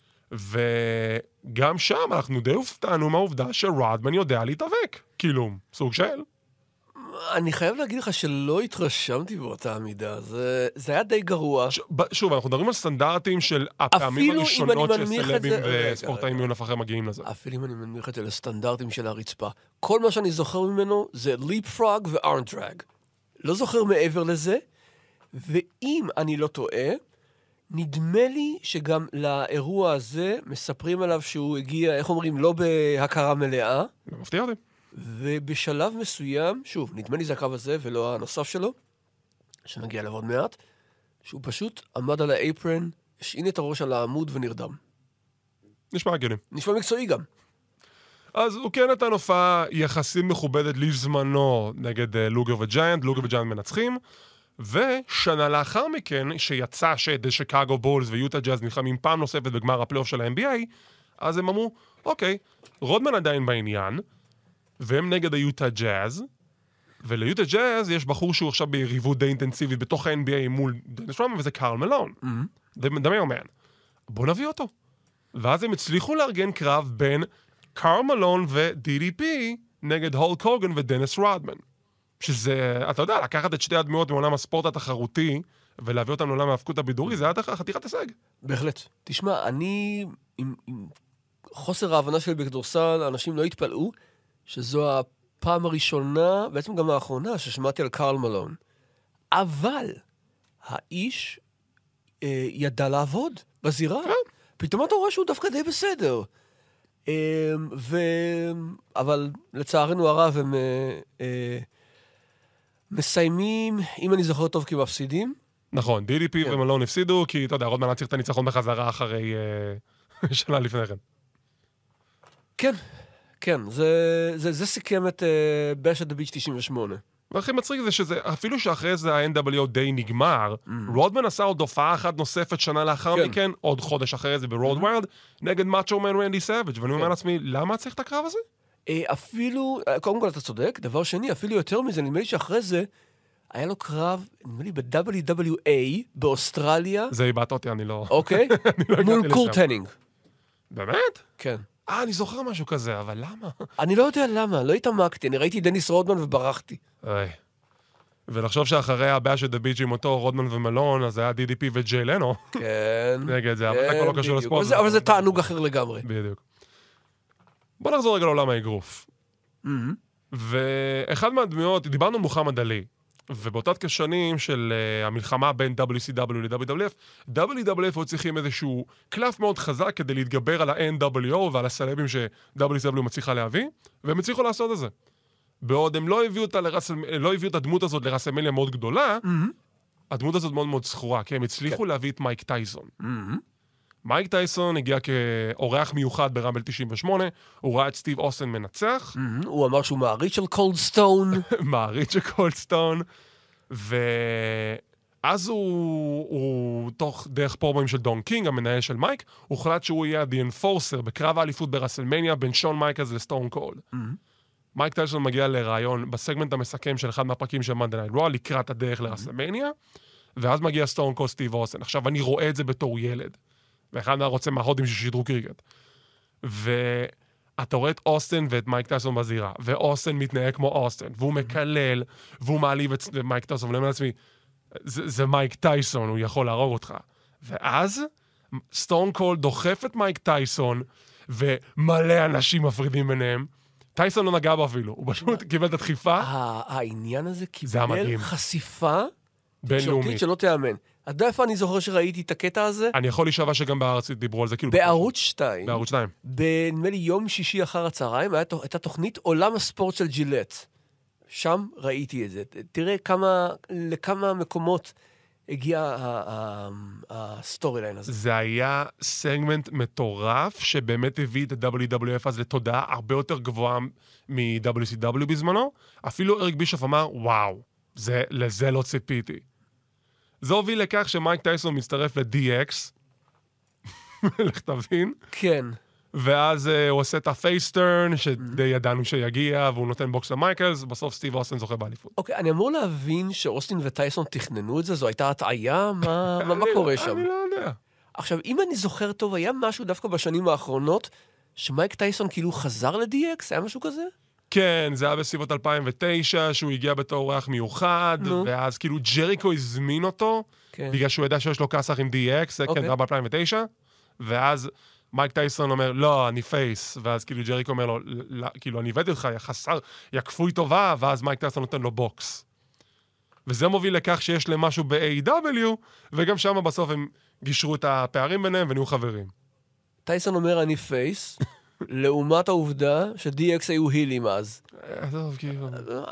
וגם שם אנחנו די הופתענו מהעובדה שרודמן יודע להתאבק. כאילו, סוג של... אני חייב להגיד לך שלא התרשמתי באותה המידה, זה היה די גרוע. שוב, אנחנו מדברים על סטנדרטים של הפעמים הראשונות שסלבים וספורטאים מיון אחר מגיעים לזה. אפילו אם אני מנמיך את זה לסטנדרטים של הרצפה. כל מה שאני זוכר ממנו זה ליפ פרוג וארם דרג. לא זוכר מעבר לזה, ואם אני לא טועה, נדמה לי שגם לאירוע הזה מספרים עליו שהוא הגיע, איך אומרים, לא בהכרה מלאה. לא מפתיע אותי. ובשלב מסוים, שוב, נדמה לי זה הקו הזה ולא הנוסף שלו, שנגיע אליו עוד מעט, שהוא פשוט עמד על האפרן, השעין את הראש על העמוד ונרדם. נשמע הגיוני. נשמע מקצועי גם. אז הוא כן נתן הופעה יחסית מכובדת לזמנו נגד לוגר וג'יינט, לוגר וג'יינט מנצחים, ושנה לאחר מכן, שיצא ששיקגו בולס ויוטה ג'אז נלחמים פעם נוספת בגמר הפלייאוף של ה-NBA, אז הם אמרו, אוקיי, רודמן עדיין בעניין, והם נגד היוטה ג'אז, וליוטה ג'אז יש בחור שהוא עכשיו ביריבות די אינטנסיבית בתוך ה-NBA מול דניס רודמן, וזה קארל מלון. דמייר מן. בוא נביא אותו. ואז הם הצליחו לארגן קרב בין קארל מלון ו-DDP נגד הולק הוגן ודניס רודמן. שזה, אתה יודע, לקחת את שתי הדמויות מעולם הספורט התחרותי, ולהביא אותם לעולם ההפקות הבידורי, זה היה חתיכת הישג. בהחלט. תשמע, אני, עם חוסר ההבנה שלי בכדורסל, אנשים לא התפלאו, שזו הפעם הראשונה, בעצם גם האחרונה, ששמעתי על קארל מלון. אבל האיש ידע לעבוד בזירה. פתאום אתה רואה שהוא דווקא די בסדר. אבל לצערנו הרב הם מסיימים, אם אני זוכר טוב, כמפסידים. נכון, DDP ומלון הפסידו, כי אתה יודע, רודמן צריך את הניצחון בחזרה אחרי שנה לפני כן. כן. כן, זה סיכם את באש אט דה ביץ' 98. והכי מצחיק זה שזה, אפילו שאחרי זה ה-NWO די נגמר, רודמן עשה עוד הופעה אחת נוספת שנה לאחר מכן, עוד חודש אחרי זה ברוד ווילד, נגד מאצ'ו מן רנדי סאביג' ואני אומר לעצמי, למה צריך את הקרב הזה? אפילו, קודם כל אתה צודק, דבר שני, אפילו יותר מזה, נדמה לי שאחרי זה, היה לו קרב, נדמה לי ב-WWA באוסטרליה. זה איבדת אותי, אני לא... אוקיי? מול קורט הנינג. באמת? כן. אני זוכר משהו כזה, אבל למה? אני לא יודע למה, לא התעמקתי, אני ראיתי דניס רודמן וברחתי. ולחשוב שאחרי הבאש את הביץ' עם אותו רודמן ומלון, אז היה DDP וג'יי לנו. כן. נגד זה, אבל זה כבר לא קשור לספורט. אבל זה תענוג אחר לגמרי. בדיוק. בוא נחזור רגע לעולם האגרוף. ואחד מהדמויות, דיברנו על מוחמד עלי, ובאותת כשנים של המלחמה בין WCW ל-WWF, WWF היו צריכים איזשהו קלף מאוד חזק כדי להתגבר על ה-NWO ועל הסלבים ש-WCW מצליחה להביא, והם הצליחו לעשות את זה. בעוד הם לא הביאו את הדמות הזאת לרסלמניה מאוד גדולה, הדמות הזאת מאוד מאוד זכורה, כי הם הצליחו להביא את מייק טייסון. מייק טייסון הגיע כאורח מיוחד ברמבל 98, הוא ראה את סטיב אוסטין מנצח. הוא אמר שהוא מעריץ של קולדסטון. מעריץ של קולדסטון, ואז הוא תוך דרך פרומים של דון קינג, המנהל של מייק, הוחלט שהוא יהיה The Enforcer בקרב האליפות ברסלמניה בין שון מייקלס לסטון קולד. מייק טייסון מגיע לרעיון בסגמנט המסכם של אחד מהפרקים של Monday Night Raw, לקראת הדרך לרסלמניה, ואז מגיע סטון קולד סטיב אוסטין. עכשיו אני רואה את זה בתור ילד. ואחד רוצה מההודים ששידרו קריקט. ואתה רואה את אוסטין ואת מייק טייסון בזירה, ואוסטין מתנהג כמו אוסטין, והוא מקלל, והוא מעליב את מייק טייסון, ולאמן לעצמי, זה מייק טייסון, הוא יכול להרוג אותך. ואז סטון קולד דוחף את מייק טייסון, ומלא אנשים מפרידים ביניהם. טייסון לא נגע בו אפילו, הוא פשוט קיבל את הדחיפה. העניין הזה קיבל חשיפה בינלאומית שלא תאמן. אתה יודע איפה אני זוכר שראיתי את הקטע הזה? אני יכול להישבע שגם בארץ דיברו על זה, כאילו... בערוץ 2. בערוץ 2. בנדמה לי יום שישי אחר הצהריים, הייתה תוכנית עולם הספורט של ג'ילט. שם ראיתי את זה. תראה לכמה מקומות הגיע הסטורי ליין הזה. זה היה סגמנט מטורף, שבאמת הביא את ה-WWF אז לתודעה הרבה יותר גבוהה מ-WCW בזמנו. אפילו אריק בישוף אמר, וואו, לזה לא ציפיתי. זה הוביל לכך שמייק טייסון מצטרף ל-DX, לך תבין. כן. ואז הוא עושה את הפייסטרן, שדי ידענו שיגיע, והוא נותן בוקס למייקלס, בסוף סטיב אוסטין זוכה באליפות. אוקיי, אני אמור להבין שאוסטין וטייסון תכננו את זה? זו הייתה הטעיה? מה קורה שם? אני לא יודע. עכשיו, אם אני זוכר טוב, היה משהו דווקא בשנים האחרונות, שמייק טייסון כאילו חזר ל-DX? היה משהו כזה? כן, זה היה בסביבות 2009, שהוא הגיע בתור אורח מיוחד, ואז כאילו ג'ריקו הזמין אותו, בגלל שהוא ידע שיש לו כסח עם DX, זה כן, זה היה ב-2009, ואז מייק טייסון אומר, לא, אני פייס, ואז כאילו ג'ריקו אומר לו, כאילו, אני הבאתי אותך, יא כפוי טובה, ואז מייק טייסון נותן לו בוקס. וזה מוביל לכך שיש להם משהו ב-AW, וגם שם בסוף הם גישרו את הפערים ביניהם ונהיו חברים. טייסון אומר, אני פייס, לעומת העובדה ש-DX היו הילים אז. טוב, כאילו...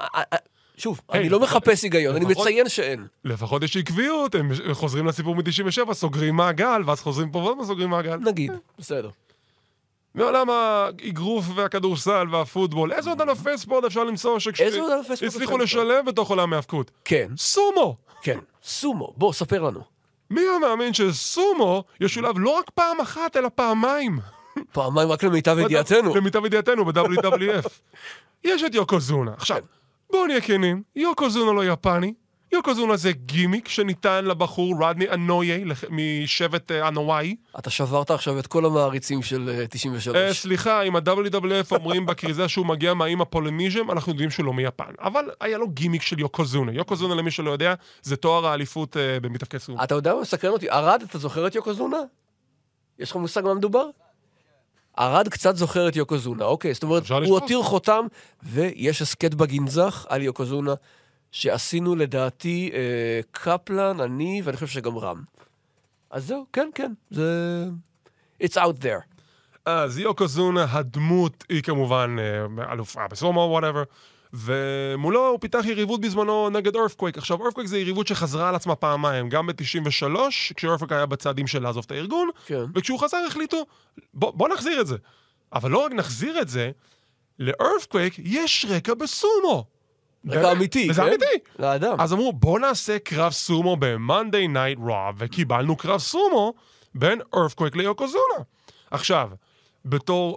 שוב, אני לא מחפש היגיון, אני מציין שאין. לפחות יש עקביות, הם חוזרים לסיפור מ-97, סוגרים מעגל, ואז חוזרים פה ועוד סוגרים מעגל. נגיד, בסדר. מעולם האגרוף והכדורסל והפוטבול, איזה עוד ענפי ספורט אפשר למצוא שהצליחו לשלב בתוך עולם ההאבקות? כן. סומו! כן, סומו. בוא, ספר לנו. מי המאמין שסומו ישולב לא רק פעם אחת, אלא פעמיים? פעמיים רק למיטב ידיעתנו. למיטב ידיעתנו, ב-WWF. יש את יוקוזונה. עכשיו, בואו נהיה כנים, יוקוזונה לא יפני, יוקוזונה זה גימיק שניתן לבחור רדני אנויה משבט אנוואי. אתה שברת עכשיו את כל המעריצים של 93. סליחה, אם ה-WWF אומרים בקריזה שהוא מגיע מהאיים הפולניז'ם, אנחנו יודעים שהוא לא מיפן. אבל היה לו גימיק של יוקוזונה. יוקוזונה, למי שלא יודע, זה תואר האליפות במתפקד סום. אתה יודע מה מסקרן אותי? ארד, אתה זוכר את יוקוזונה? יש לך מושג מה מדובר? ארד קצת זוכר את יוקוזונה, אוקיי, זאת אומרת, הוא הותיר חותם, ויש הסקט בגנזך על יוקוזונה, שעשינו לדעתי קפלן, אני, ואני חושב שגם רם. אז זהו, כן, כן, זה... It's out there. אז יוקוזונה, הדמות היא כמובן אלופה בסומו, whatever, ומולו הוא פיתח יריבות בזמנו נגד ארפקווייק. עכשיו, ארפקווייק זה יריבות שחזרה על עצמה פעמיים, גם ב-93, כשארפקווייק היה בצעדים של לעזוב את הארגון, כן. וכשהוא חזר החליטו, בוא נחזיר את זה. אבל לא רק נחזיר את זה, לארפקווייק יש רקע בסומו. רקע אמיתי, וזה כן? אמיתי. לאדם. אז אמרו, בוא נעשה קרב סומו ב-Monday Night Raw, וקיבלנו קרב סומו בין ארפקווייק ליוקוזונה. עכשיו, בתור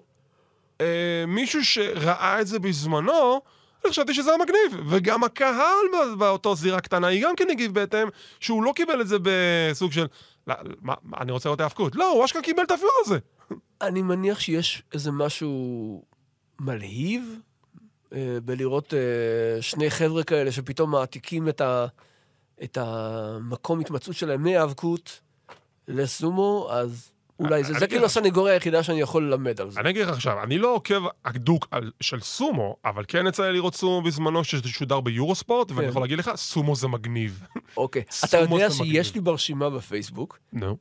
מישהו שראה את זה בזמנו, אני חשבתי שזה היה מגניב, וגם הקהל באותו זירה קטנה, היא גם כן הגיב בהתאם, שהוא לא קיבל את זה בסוג של, אני רוצה לראות ההפקות. לא, הוא אשכרה קיבל את האפיון הזה. אני מניח שיש איזה משהו מלהיב, בלראות שני חבר'ה כאלה שפתאום מעתיקים את המקום התמצאות שלהם מהאבקות לסומו, אז אולי זה כאילו הסניגוריה היחידה שאני יכול ללמד על זה. אני אגיד לך עכשיו, אני לא עוקב אקדוק של סומו, אבל כן יצא לי לראות סומו בזמנו ששודר ביורוספורט, ואני יכול להגיד לך, סומו זה מגניב. אוקיי. אתה יודע שיש לי ברשימה בפייסבוק,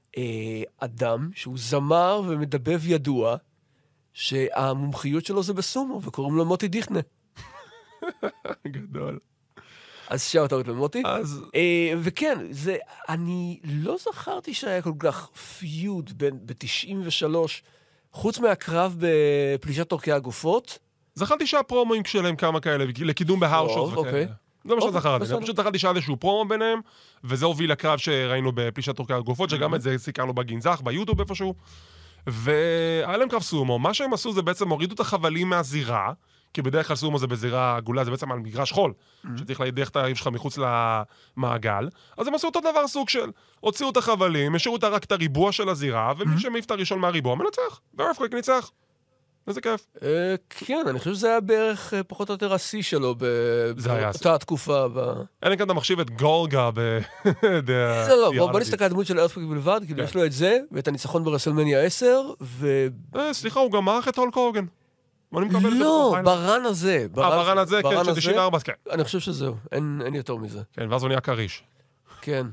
אדם שהוא זמר ומדבב ידוע, שהמומחיות שלו זה בסומו, וקוראים לו מוטי דיכנה. גדול. אז שאוט-אוט למוטי. אז... וכן, אני לא זכרתי שהיה כל כך פיוד ב-93, חוץ מהקרב בפלישת אורכי הגופות. זכרתי שהפרומואים שלהם כמה כאלה, לקידום בהרשות וכאלה. אוקיי. זה מה שזכרתי. בסדר. אני פשוט זכרתי שהיה איזשהו פרומו ביניהם, וזה הוביל לקרב שראינו בפלישת אורכי הגופות, שגם את זה סיקרנו בגנזך, ביוטיוב איפשהו. והיה להם קרב סומו. מה שהם עשו זה בעצם הורידו את החבלים מהזירה, כי בדרך כלל סומו זה בזירה עגולה, זה בעצם על מגרש חול, שצריך להדיח את היריב שלך מחוץ למעגל. אז הם עשו אותו דבר סוג של, הוציאו את החבלים, השאירו רק את הריבוע של הזירה, ומי שמעיף את הראשון מהריבוע מנצח. וארפקוויק ניצח. איזה כיף. כן, אני חושב שזה היה בערך פחות או יותר השיא שלו באותה התקופה. אין לי כאן אתה מחשיב את גולגה לא, בוא נסתכל על הדמות של ארפקוויק בלבד, כאילו יש לו את זה, ואת הניצחון ברסלמניה 10, סליחה, הוא גם מערך את הולק הוגן. לא, ברן הזה. ברן הזה, כן, של 94, כן. אני חושב שזהו, אין יותר מזה. כן, ואז הוא נהיה קריש. כן.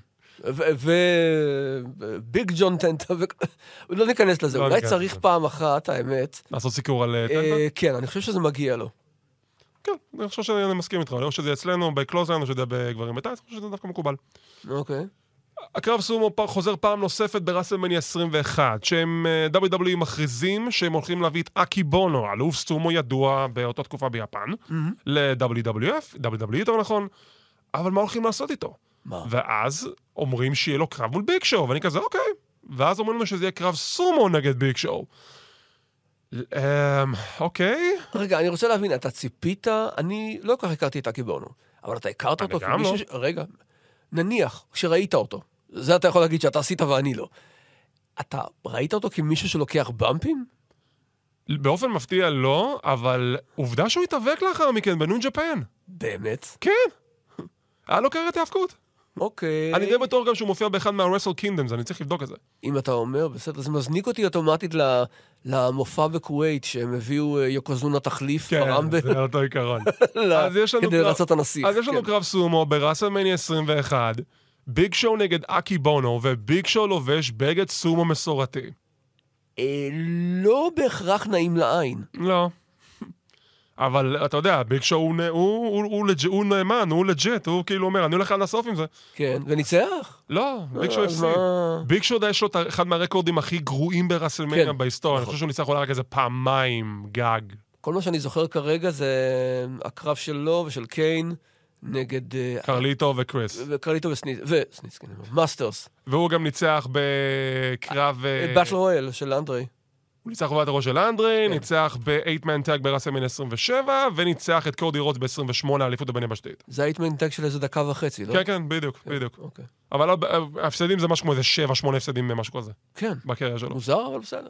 וביג ג'ון טנטה, לא ניכנס לזה, אולי צריך פעם אחת, האמת. לעשות סיקור על טנטה? כן, אני חושב שזה מגיע לו. כן, אני חושב שאני מסכים איתך, אני חושב שזה אצלנו, בקלוזלנד, שזה בגברים בטייס, אני חושב שזה דווקא מקובל. אוקיי. הקרב סומו חוזר פעם נוספת ברסלמניה 21, שהם WWE מכריזים שהם הולכים להביא את אקי בונו, אלוף סומו ידוע באותה תקופה ביפן, ל-WWF, WWE יותר נכון, אבל מה הולכים לעשות איתו? מה? ואז אומרים שיהיה לו קרב מול ביג שואו, ואני כזה, אוקיי. ואז אומרים לנו שזה יהיה קרב סומו נגד ביג שואו. אוקיי. רגע, אני רוצה להבין, אתה ציפית, אני לא כל כך הכרתי את אקי בונו, אבל אתה הכרת אותו כמישהו רגע, נניח, כשראית אותו, זה אתה יכול להגיד שאתה עשית ואני לא. אתה ראית אותו כמישהו שלוקח במפים? באופן מפתיע לא, אבל עובדה שהוא התאבק לאחר מכן בניו ג'פן. באמת? כן. היה לו קריירת האבקות. אוקיי. אני די בטוח גם שהוא מופיע באחד מהרסל קינגדמס, אני צריך לבדוק את זה. אם אתה אומר, בסדר, זה מזניק אותי אוטומטית למופע בכווית, שהם הביאו יוקוזונה תחליף ברמבל. כן, זה אותו עיקרון. כדי לרצות הנסיך. אז יש לנו קרב סומו ברסלמניה 21, ביג שואו נגד אקי בונו, וביג שואו לובש בגד סומו מסורתי. לא בהכרח נעים לעין. לא. אבל אתה יודע, ביג שואו הוא נאמן, הוא לג'ט, הוא כאילו אומר, אני הולך עד לסוף עם זה. כן, וניצח? לא, ביג שואו הפסיד. ביג שואו יש לו אחד מהרקורדים הכי גרועים ברסלמניה בהיסטוריה, אני חושב שהוא ניצח אולי רק איזה פעמיים גג. כל מה שאני זוכר כרגע זה הקרב שלו ושל קיין נגד... קרליטו וקריס. וקרליטו וסניצקי, מאסטרס. והוא גם ניצח בקרב... באטל רויאל של אנדרי. הוא ניצח בבית הראש של אנדרי, ניצח ב-8-man tag ברסלמניה 27, וניצח את קודי רודס ב-28 האליפות הבינלאומית. זה 8-man tag של איזה דקה וחצי, לא? כן, כן, בדיוק. אבל ההפסדים זה משהו כמו איזה 7-8 הפסדים משהו כזה. כן. בקריירה שלו. מוזר, אבל בסדר.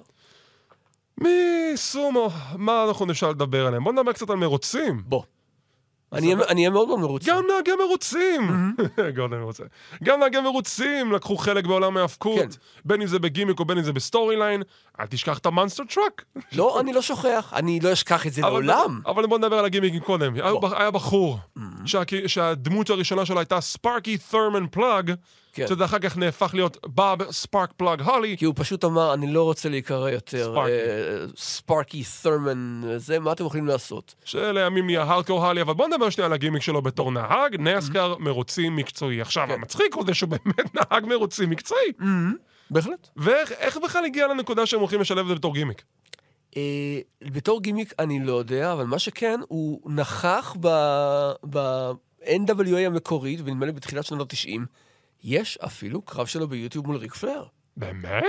מסומו, מה אנחנו נפשר לדבר עליהם? בוא נדבר קצת על מרוצים. בוא. אני אהיה מאוד מאוד מרוצה. גם נהגי מרוצים. גם נהגי מרוצים לקחו חלק בעולם ההאבקות, בין אם זה בגימיק או בין אם זה בסטורי ליין. אל תשכח את המונסטר טראק. לא, אני לא שוכח. אני לא אשכח את זה לעולם. אבל בוא נדבר על הגימיקים קודם. היה בחור שהדמות הראשונה שלו הייתה ספארקי ת'רמן פלאג, שזה אחר כך נהפך להיות באב ספארק פלאג הולי. כי הוא פשוט אמר, אני לא רוצה להיקרא יותר ספארקי ת'רמן, זה מה אתם יכולים לעשות? שלימים נהיה הארדקור הולי, אבל בוא נדבר שנייה על הגימיק שלו בתור נהג, נסקר מרוצים מקצועי. עכשיו, המצחיק הוא זה שהוא באמת נהג מרוצים מקצועי. בהחלט. ואיך בכלל הגיע לנקודה שהם הולכים לשלב את זה בתור גימיק? בתור גימיק אני לא יודע, אבל מה שכן, הוא נכח ב-NWA המקורית, ונדמה לי בתחילת שנות ה-90, יש אפילו קרב שלו ביוטיוב מול ריק פלר. באמת?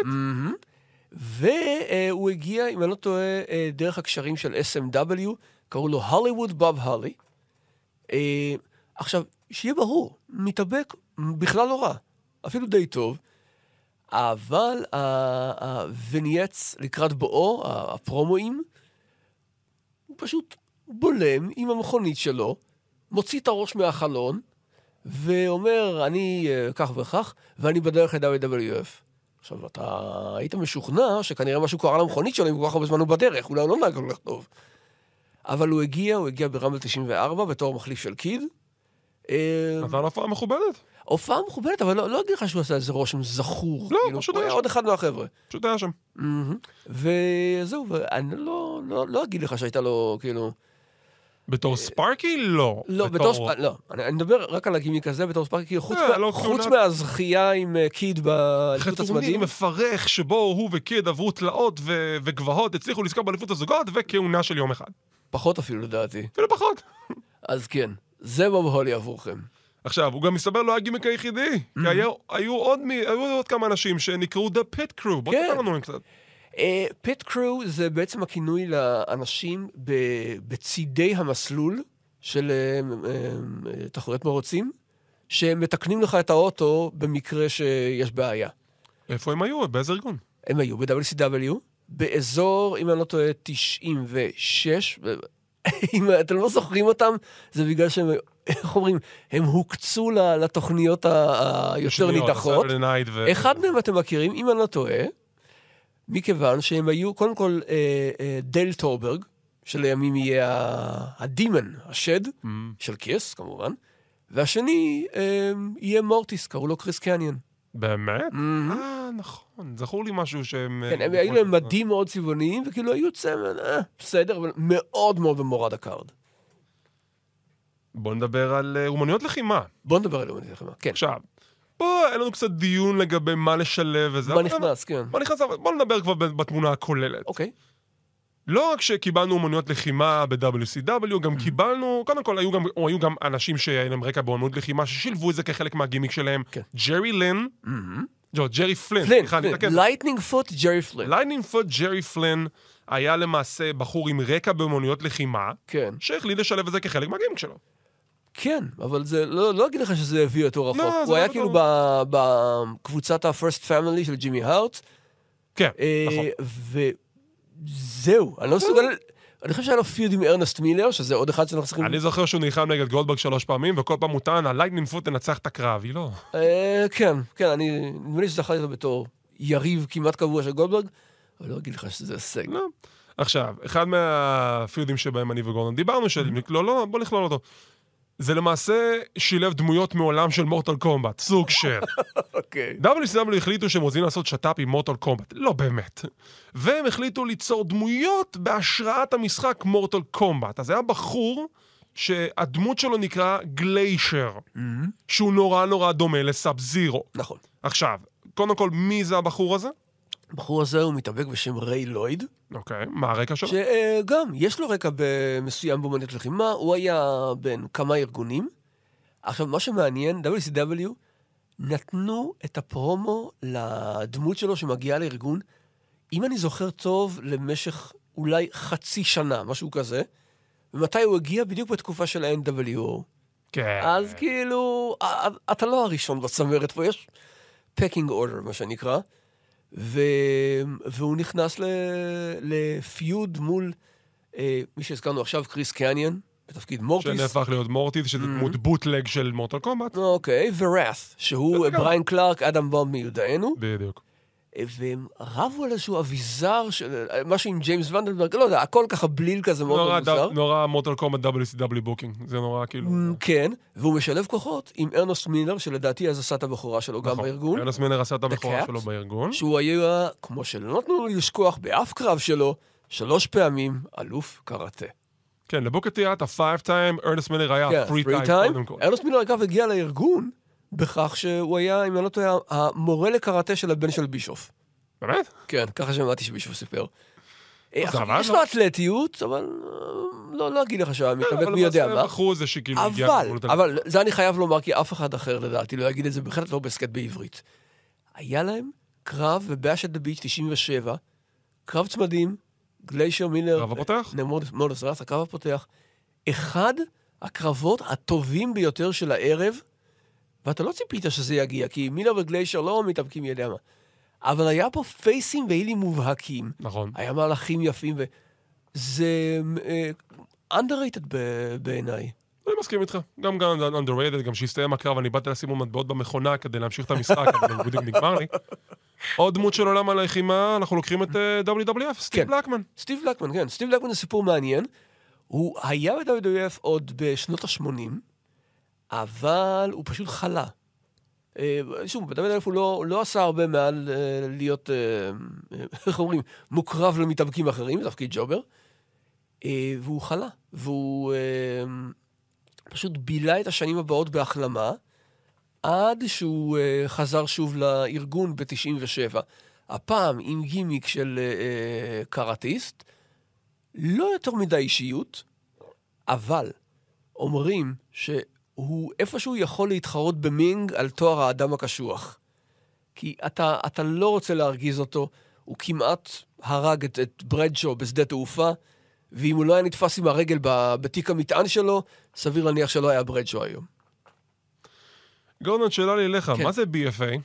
והוא הגיע, אם אני לא טועה, דרך הקשרים של SMW, קראו לו הוליווד בוב הולי. עכשיו, שיהיה ברור, מתאבק בכלל לא רע, אפילו די טוב, אבל הוונייץ לקראת בואו, הפרומואים, הוא פשוט בולם עם המכונית שלו, מוציא את הראש מהחלון, ואומר, אני כך וכך, ואני בדרך ל-WWF. עכשיו, אתה היית משוכנע שכנראה משהו קרה למכונית שלו, אם כל כך הרבה זמן הוא בדרך, אולי הוא לא נהג כל כך טוב. אבל הוא הגיע ברמבל 94, בתור מחליף של קיד. נתן הופעה מכובדת. הופעה מכובדת, אבל לא אגיד לך שהוא עשה איזה רושם זכור. לא, פשוט היה שם. עוד אחד מהחבר'ה. פשוט היה שם. וזהו, ואני לא אגיד לך שהייתה לו, כאילו... בתור ספארקי? לא. לא, לא. אני מדבר רק על הגימיק הזה, בתור ספארקי, חוץ מהזכייה עם קיד באליפות הצמדים. חתוני מפרך שבו הוא וקיד עברו תלאות וגבהות, הצליחו לזכור באליפות הזוגות, וכהונה של יום אחד. פחות אפילו, לדעתי. אפילו פחות. אז כן, זה בוב הולי עבורכם. עכשיו, הוא גם מסתבר לא הגימיק היחידי, כי היו עוד כמה אנשים שנקראו The Pit Crew. בוא תתן לנו קצת. פיט קרו זה בעצם הכינוי לאנשים בצידי המסלול של תחרויות מרוצים, שמתקנים לך את האוטו במקרה שיש בעיה. איפה הם היו? באיזה ארגון? הם היו ב-WCW, באזור, אם אני לא טועה, 96. אם אתם לא זוכרים אותם, זה בגלל שהם, איך אומרים, הם הוקצו לתוכניות היותר נידחות. אחד מהם אתם מכירים, אם אני לא טועה, מכיוון שהם היו, קודם כל, דייל טורברג, שלימים יהיה הדימן, השד, של קיס, כמובן, והשני יהיה מורטיס, קראו לו קריס קניון. באמת? נכון. זכור לי משהו שהם... כן, הם היו להם מדים מאוד צבעוניים, וכאילו היו צמד, בסדר, אבל מאוד מאוד במורד הקארד. בוא נדבר על אומנויות לחימה. כן. עכשיו, אין לנו קצת דיון לגבי מה לשלב וזה. מה נכנס, כן. בוא נדבר כבר בתמונה הכוללת. אוקיי. לא רק שקיבלנו אומנויות לחימה ב-WCW, גם קיבלנו, קודם כל היו גם אנשים שהיה להם רקע באומנויות לחימה, ששילבו את זה כחלק מהגימיק שלהם. ג'רי לין, ג'רי פלין. לייטנינג פוט ג'רי פלין. לייטנינג פוט ג'רי פלין היה למעשה בחור עם רקע באומנויות לחימה, שהחליט לשלב את זה כחלק מהגימיק שלו. כן, אבל זה, לא אגיד לך שזה הביא אותו רחוק. הוא היה כאילו בקבוצת ה-First Family של ג'ימי הארט. כן, נכון. וזהו, אני לא מסוגל... אני חושב שהיה לו פיוד עם ארנסט מילר, שזה עוד אחד שאנחנו צריכים... אני זוכר שהוא נלחם נגד גולדברג 3 פעמים, וכל פעם מותן, הלייטנינג פוט תנצח את הקרב, היא לא. כן, אני נדמה לי שזכרתי אותו בתור יריב כמעט קבוע של גולדברג, אבל לא אגיד לך שזה הישג. עכשיו, אחד מהפיודים שבהם אני וגורדון דיברנו, לא, בוא נכלול אותו. זה למעשה שילב דמויות מעולם של מורטל קומבט, סוג של. WCW החליטו שהם רוצים לעשות שטאפ עם מורטל קומבט, לא באמת. והם החליטו ליצור דמויות בהשראת המשחק מורטל קומבט. אז היה בחור שהדמות שלו נקרא גליישר, שהוא נורא נורא דומה לסאב זירו. נכון. עכשיו, קודם כל, מי זה הבחור הזה? הבחור הזה הוא מתאבק בשם ריי לויד. אוקיי, מה הרקע שלו? שגם, יש לו רקע מסוים באומנויות לחימה, הוא היה בין כמה ארגונים. עכשיו, מה שמעניין, WCW נתנו את הפרומו לדמות שלו שמגיעה לארגון, אם אני זוכר טוב, למשך אולי חצי שנה, משהו כזה, ומתי הוא הגיע? בדיוק בתקופה של ה-NWO. כן. אז כאילו, אתה לא הראשון בצמרת פה, יש packing order, מה שנקרא. והוא נכנס לפיוד מול מי שהזכרנו עכשיו, קריס קניון, בתפקיד מורטיס. שנהפך להיות מורטיס, שזה דמות בוטלג של מורטל קומבט. אוקיי, וראת' שהוא בריין קלארק, אדם בום מיודענו. בדיוק. והם רבו על איזשהו אביזר, משהו עם ג'יימס ונדלברג, לא יודע, הכל ככה בליל כזה מאוד מוזר. נורא מורטל קומבט WCW בוקינג, זה נורא כאילו... כן, והוא משלב כוחות עם ארנסט מילר, שלדעתי אז עשה את הבחורה שלו גם בארגון. ארנסט מילר עשה את הבחורה שלו בארגון. שהוא היה, כמו שלא נתנו לו לשכוח באף קרב שלו, 3 פעמים אלוף קראטה. כן, לבוקר את ה-5-time, ארנסט מילר היה 3-time קודם כל. ארנסט מילר אגב הגיע לארגון, בכך שהוא היה, אם אני לא טועה, המורה לקראטה של הבן של בישוף. באמת? כן, ככה שמעתי שבישוף סיפר. יש לו אתלטיות, אבל לא אגיד לך שהוא מתאבק מי יודע מה. אבל זה אני חייב לומר, כי אף אחד אחר לדעתי לא יגיד את זה, בכלל לא בסקט בעברית. היה להם קרב בבאש את הביץ' 97, קרב צמדים, גליישר מילר, קרב הפותח? מורדס ראס, הקרב הפותח. אחד הקרבות הטובים ביותר של הערב, ואתה לא ציפית שזה יגיע, כי מילר וגליישר לא מתאבקים מי יודע מה. אבל היה פה פייסים והילים מובהקים. נכון. היה מהלכים יפים, וזה underrated בעיניי. אני מסכים איתך. גם underrated, גם שהסתיים הקרב, אני באתי לשים מטבעות במכונה כדי להמשיך את המשחק, אבל הוא בדיוק נגמר לי. עוד דמות של עולם הלחימה, אנחנו לוקחים את WWF, סטיב בלקמן. סטיב בלקמן, כן. סטיב בלקמן זה סיפור מעניין. הוא היה ב-WWF עוד בשנות ה-80, אבל הוא פשוט חלה. שוב, ב-WWF הוא לא עשה הרבה מעל להיות, איך אומרים, מוקרב למתאבקים אחרים, תפקיד ג'ובר. והוא חלה, והוא פשוט בילה את השנים הבאות בהחלמה, עד שהוא חזר שוב לארגון ב-97. הפעם עם גימיק של קראטיסט, לא יותר מדי אישיות, אבל אומרים שהוא איפשהו יכול להתחרות במינג על תואר האדם הקשוח. כי אתה לא רוצה להרגיז אותו, הוא כמעט הרג את ברדשו בשדה תעופה, ואם הוא לא היה נתפס עם הרגל בתיק המטען שלו, סביר להניח שלא היה ברדשו היום. גורדון, שאלה לי אליך, כן. מה זה BFA?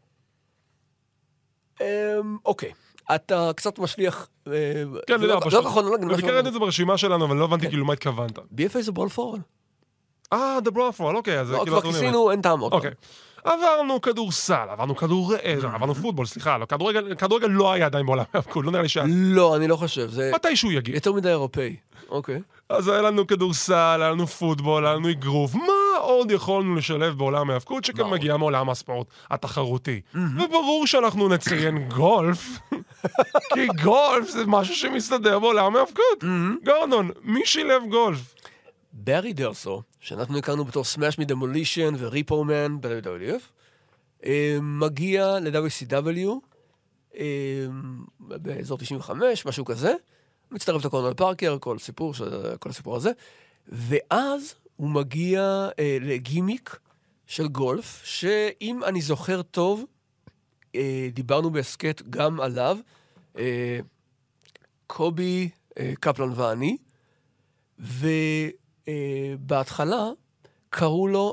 אוקיי, אתה קצת משליח... כן, אני יודע, פשוט. לא נכון, וביקר את זה ברשימה שלנו, אבל לא הבנתי כאילו מה התכוונת. BFA זה ברול פורל. The Brawl Fall, אוקיי, אז כבר כיסינו, אין טעם עוד. אוקיי. עברנו כדורסל, עברנו פוטבול, סליחה, כדורגל לא היה עדיין בעולם ההאבקות, לא נראה לי לא, אני לא חושב, זה מתי שהוא יגיע. יותר מדי אירופאי. אוקיי. אז היה לנו כדורסל, היה לנו פוטבול, היה לנו אגרוף, מה עוד יכולנו לשלב בעולם ההאבקות שכן מגיע מעולם הספורט התחרותי. וברור שאנחנו נציין גולף, כי גולף זה משהו שמסתדר בעולם ההאבקות. גורדון, מי שילב גולף? ברי דרסו, שאנחנו הכרנו בתור סמאש מדמולישן וריפומן ב-WWF, מגיע ל-WCW באזור 95, משהו כזה, מצטרף לקונל פארקר, כל הסיפור הזה, ואז הוא מגיע לגימיק של גולף, שאם אני זוכר טוב, דיברנו בהסקט גם עליו, קובי קפלן ואני, בהתחלה קראו לו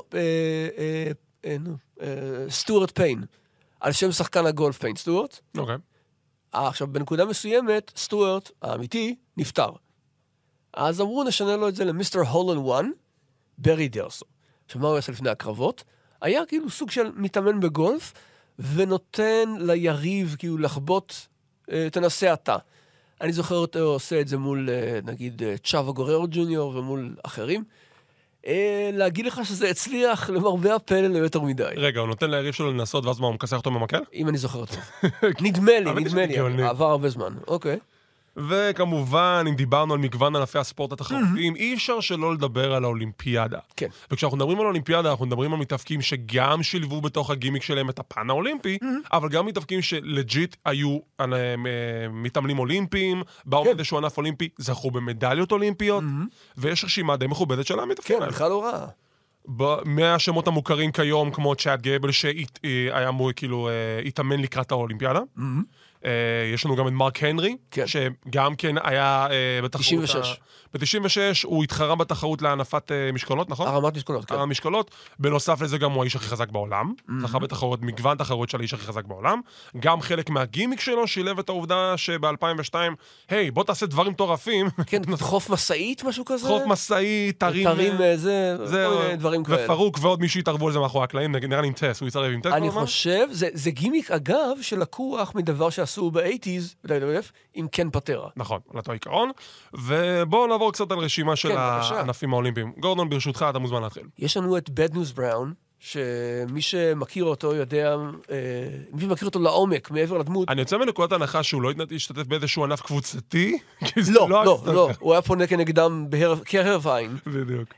סטוארט פיין, על שם שחקן הגולף פיין, סטוארט. אוקיי. עכשיו, בנקודה מסוימת, סטוארט, האמיתי, נפטר. אז אמרו, נשנה לו את זה למיסטר הולן וואן, ברי דרסו. עכשיו, מה הוא יעשה לפני הקרבות? היה כאילו סוג של מתאמן בגולף, ונותן ליריב כאילו לחבוט, תנסה אתה. אני זוכר אותו עושה את זה מול, נגיד, צ'אבה גוררו ג'וניור ומול אחרים. להגיד לך שזה הצליח למרבה הפלא לא יותר מדי. רגע, הוא נותן ליריב שלו לנסות, ואז מה, הוא מקסח אותו במקל? אם אני זוכר אותו. נדמה לי, עבר הרבה זמן. אוקיי. וכמובן, אם דיברנו על מגוון ענפי הספורט התחרותיים, אי אפשר שלא לדבר על האולימפיאדה. כן. וכשאנחנו מדברים על האולימפיאדה, אנחנו מדברים על מתאבקים שגם שילבו בתוך הגימיק שלהם את הפן האולימפי, אבל גם מתאבקים שלג'יט היו מתאמנים אולימפיים, באו איזשהו ענף אולימפי, זכו במדליות אולימפיות, ויש רשימה די מכובדת של המתאבקים האלה. כן, בכלל לא רע. מהשמות המוכרים כיום, כמו צ'אט גייבל, שהיה אמור כאילו התאמן לקראת האולימפיאדה. יש לנו גם את מרק הנרי, שגם כן היה בתחרות... ב-96 הוא התחרה בתחרות להנפת משקולות, נכון? הרמת משקולות, כן. המשקולות. בנוסף לזה גם הוא האיש הכי חזק בעולם. זכה בתחרות, מגוון תחרות של האיש הכי חזק בעולם. גם חלק מהגימיק שלו שילב את העובדה שב-2002, היי, בוא תעשה דברים מטורפים. כן, חוף מסעית, משהו כזה? חוף מסעית, תרים דברים כאלה. ופרוק ועוד מישהו יתערבו על זה מאחורי הקלעים, נראה לי עם טס, הוא יצטרף עם טס. אני חושב, זה גימיק אגב שלקוח מדבר שעשו ב-80s, עם קן פטרה. נכון, על אותו עיקרון. ובואו נעבור קצת על רשימה של הענפים האולימפיים. גורדון, ברשותך, אתה מוזמן להתחיל. יש לנו את Bad News Brown, שמי שמכיר אותו יודע, מי שמכיר אותו לעומק, מעבר לדמות... אני יוצא מנקודת הנחה שהוא לא ישתתף באיזשהו ענף קבוצתי? לא, הוא היה פונה כנגדם כהרף עין. בדיוק.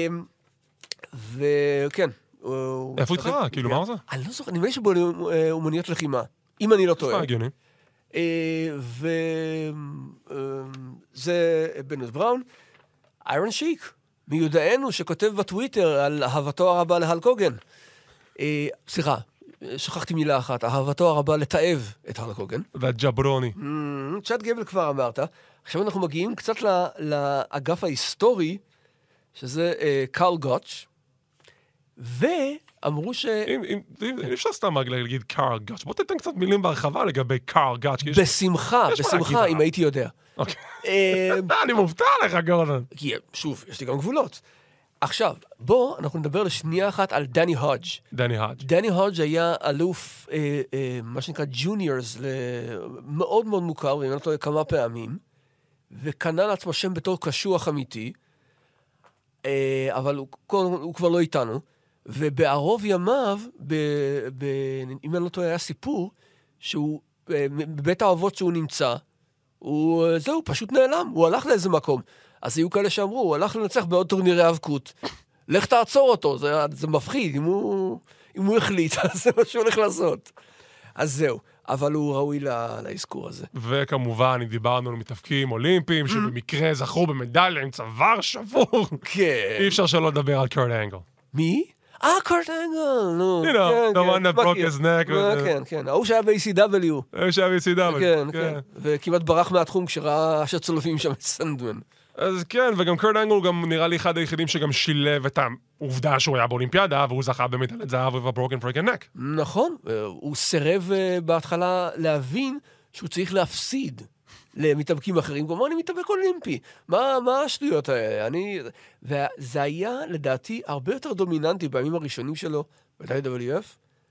וכן. איפה הוא התחרה? כאילו, מה הוא עושה? אני לא זוכר, נדמה לי שבאומניות לחימה, אם אני לא טועה. זה הגיוני. וזה בנוס בראון, איירון שיק, מיודענו שכותב בטוויטר על אהבתו הרבה להלק הוגן. סליחה, שכחתי מילה אחת, אהבתו הרבה לתאב את הלק הוגן. והג'ברוני. צ'אט גבל כבר אמרת. עכשיו אנחנו מגיעים קצת לאגף ההיסטורי, שזה קארל גוטש, אמרו ש... אי אפשר סתם להגיד קארל גאץ', בוא תתן קצת מילים בהרחבה לגבי קארל גאץ'. בשמחה, אם הייתי יודע. אני מופתע לך, גורדון. כי שוב, יש לי גם גבולות. עכשיו, אנחנו נדבר לשנייה אחת על דני הודג'. דני הודג' היה אלוף, מה שנקרא ג'וניורס, מאוד מאוד מוכר, ואני לא טועה כמה פעמים, וקנה לעצמו שם בתור קשוח אמיתי, אבל הוא כבר לא איתנו. ובערוב ימיו, אם אני לא טועה, היה סיפור שהוא, בבית האבות שהוא נמצא, זהו, פשוט נעלם, הוא הלך לאיזה מקום. אז היו כאלה שאמרו, הוא הלך לנצח בעוד טורנירי האבקות. לך תעצור אותו, זה מפחיד, אם הוא החליט, אז זה מה שהוא הולך לעשות. אז זהו, אבל הוא ראוי להזכור הזה. וכמובן, דיברנו על מתאבקים אולימפיים, שבמקרה זכו במדליה עם צוואר שבור. כן. אי אפשר שלא לדבר על קורט אנגל. מי? קורט אנגל, נו. You know, the one that broke his neck. כן, כן, ההוא שהיה ב-ACW. הוא שהיה ב-ACW. כן, כן. וכמעט ברח מהתחום כשראה שצולפים שם את סנדמן. אז כן, וגם קורט אנגל הוא גם נראה לי אחד היחידים שגם שילב את העובדה שהוא היה באולימפיאדה, והוא זכה במדליית זהב וב-broken freaking neck. נכון, הוא סירב בהתחלה להבין שהוא צריך להפסיד למתאבקים אחרים, כלומר, אני מתאבק אולימפי. מה השטויות האלה? וזה היה, לדעתי, הרבה יותר דומיננטי בימים הראשונים שלו, ב-WWF,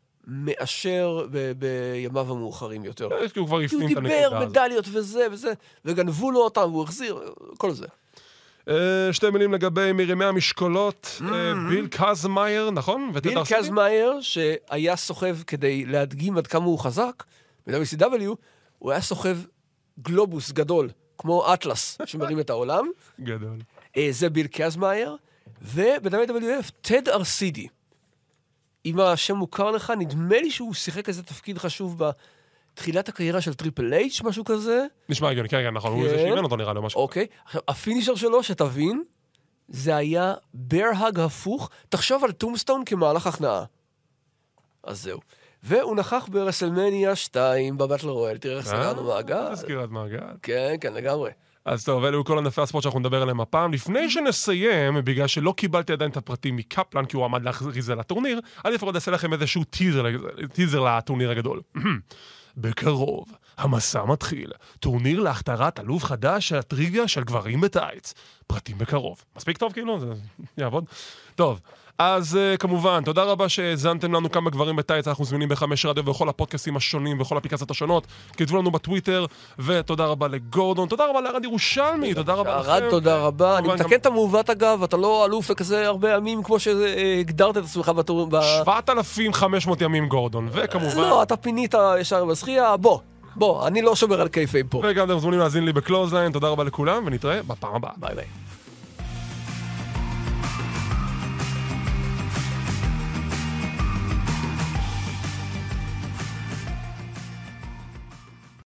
מאשר בימיו המאוחרים יותר. הוא כבר הפנים את הנקודה הזאת. הוא דיבר מדליות וזה, וגנבו לו אותם, והוא החזיר, כל זה. שתי מילים לגבי מרימי המשקולות, ביל קזמאייר, נכון? ביל קזמאייר, שהיה סוחב כדי להדגים עד כמה הוא חזק, ב-WCW, הוא היה סוחב גלובוס גדול, כמו אטלס, שמרים את העולם. גדול. זה ביל קזמאייר, וב-WWF, טד ארסידי. אם השם מוכר לך, נדמה לי שהוא שיחק איזה תפקיד חשוב בתחילת הקריירה של טריפל אייץ', משהו כזה. נשמע הגיוני, כן, נכון, הוא זה שאימן אותו נראה לו משהו. אוקיי, עכשיו, הפינישר שלו, שתבין, זה היה בר-האג הפוך, תחשוב על טומסטון כמהלך הכנעה. אז זהו. והוא נכח ברסלמניה 2 בבטל רויאל, תראה איך סגרנו מעגל. סגירת מעגל. כן, כן, לגמרי. אז טוב, אלו כל ענפי הספורט שאנחנו נדבר עליהם הפעם. לפני שנסיים, בגלל שלא קיבלתי עדיין את הפרטים מקפלן, כי הוא עמד להכריז על הטורניר, אני לפחות אעשה לכם איזשהו טיזר לטורניר הגדול. בקרוב, המסע מתחיל. טורניר להכתרת אלוף חדש של הטריוויה של גברים בטייץ. פרטים בקרוב. מספיק טוב כאילו? זה יעבוד. טוב. אז כמובן, תודה רבה שהזנתם לנו כמה גברים בטייץ, אנחנו זמינים ב5 רדיו ובכל הפודקאסים השונים ובכל אפליקציות השונות, כתבו לנו בטוויטר, ותודה רבה לגורדון, תודה רבה לארד ירושלמי, תודה רבה לכם. ארד, תודה רבה, אני מתקן את המעוות אגב, אתה לא אלוף לכזה הרבה ימים כמו שהגדרת את עצמך בטור... 7,500 ימים גורדון, וכמובן... לא, אתה פינית ישר בזכייה, בוא, אני לא שומר על קייפים פה. וגם אתם מוזמנים להאזין לי בקלוזליין, תודה רבה לכולם, ונתראה בפעם הבאה. ביי ביי.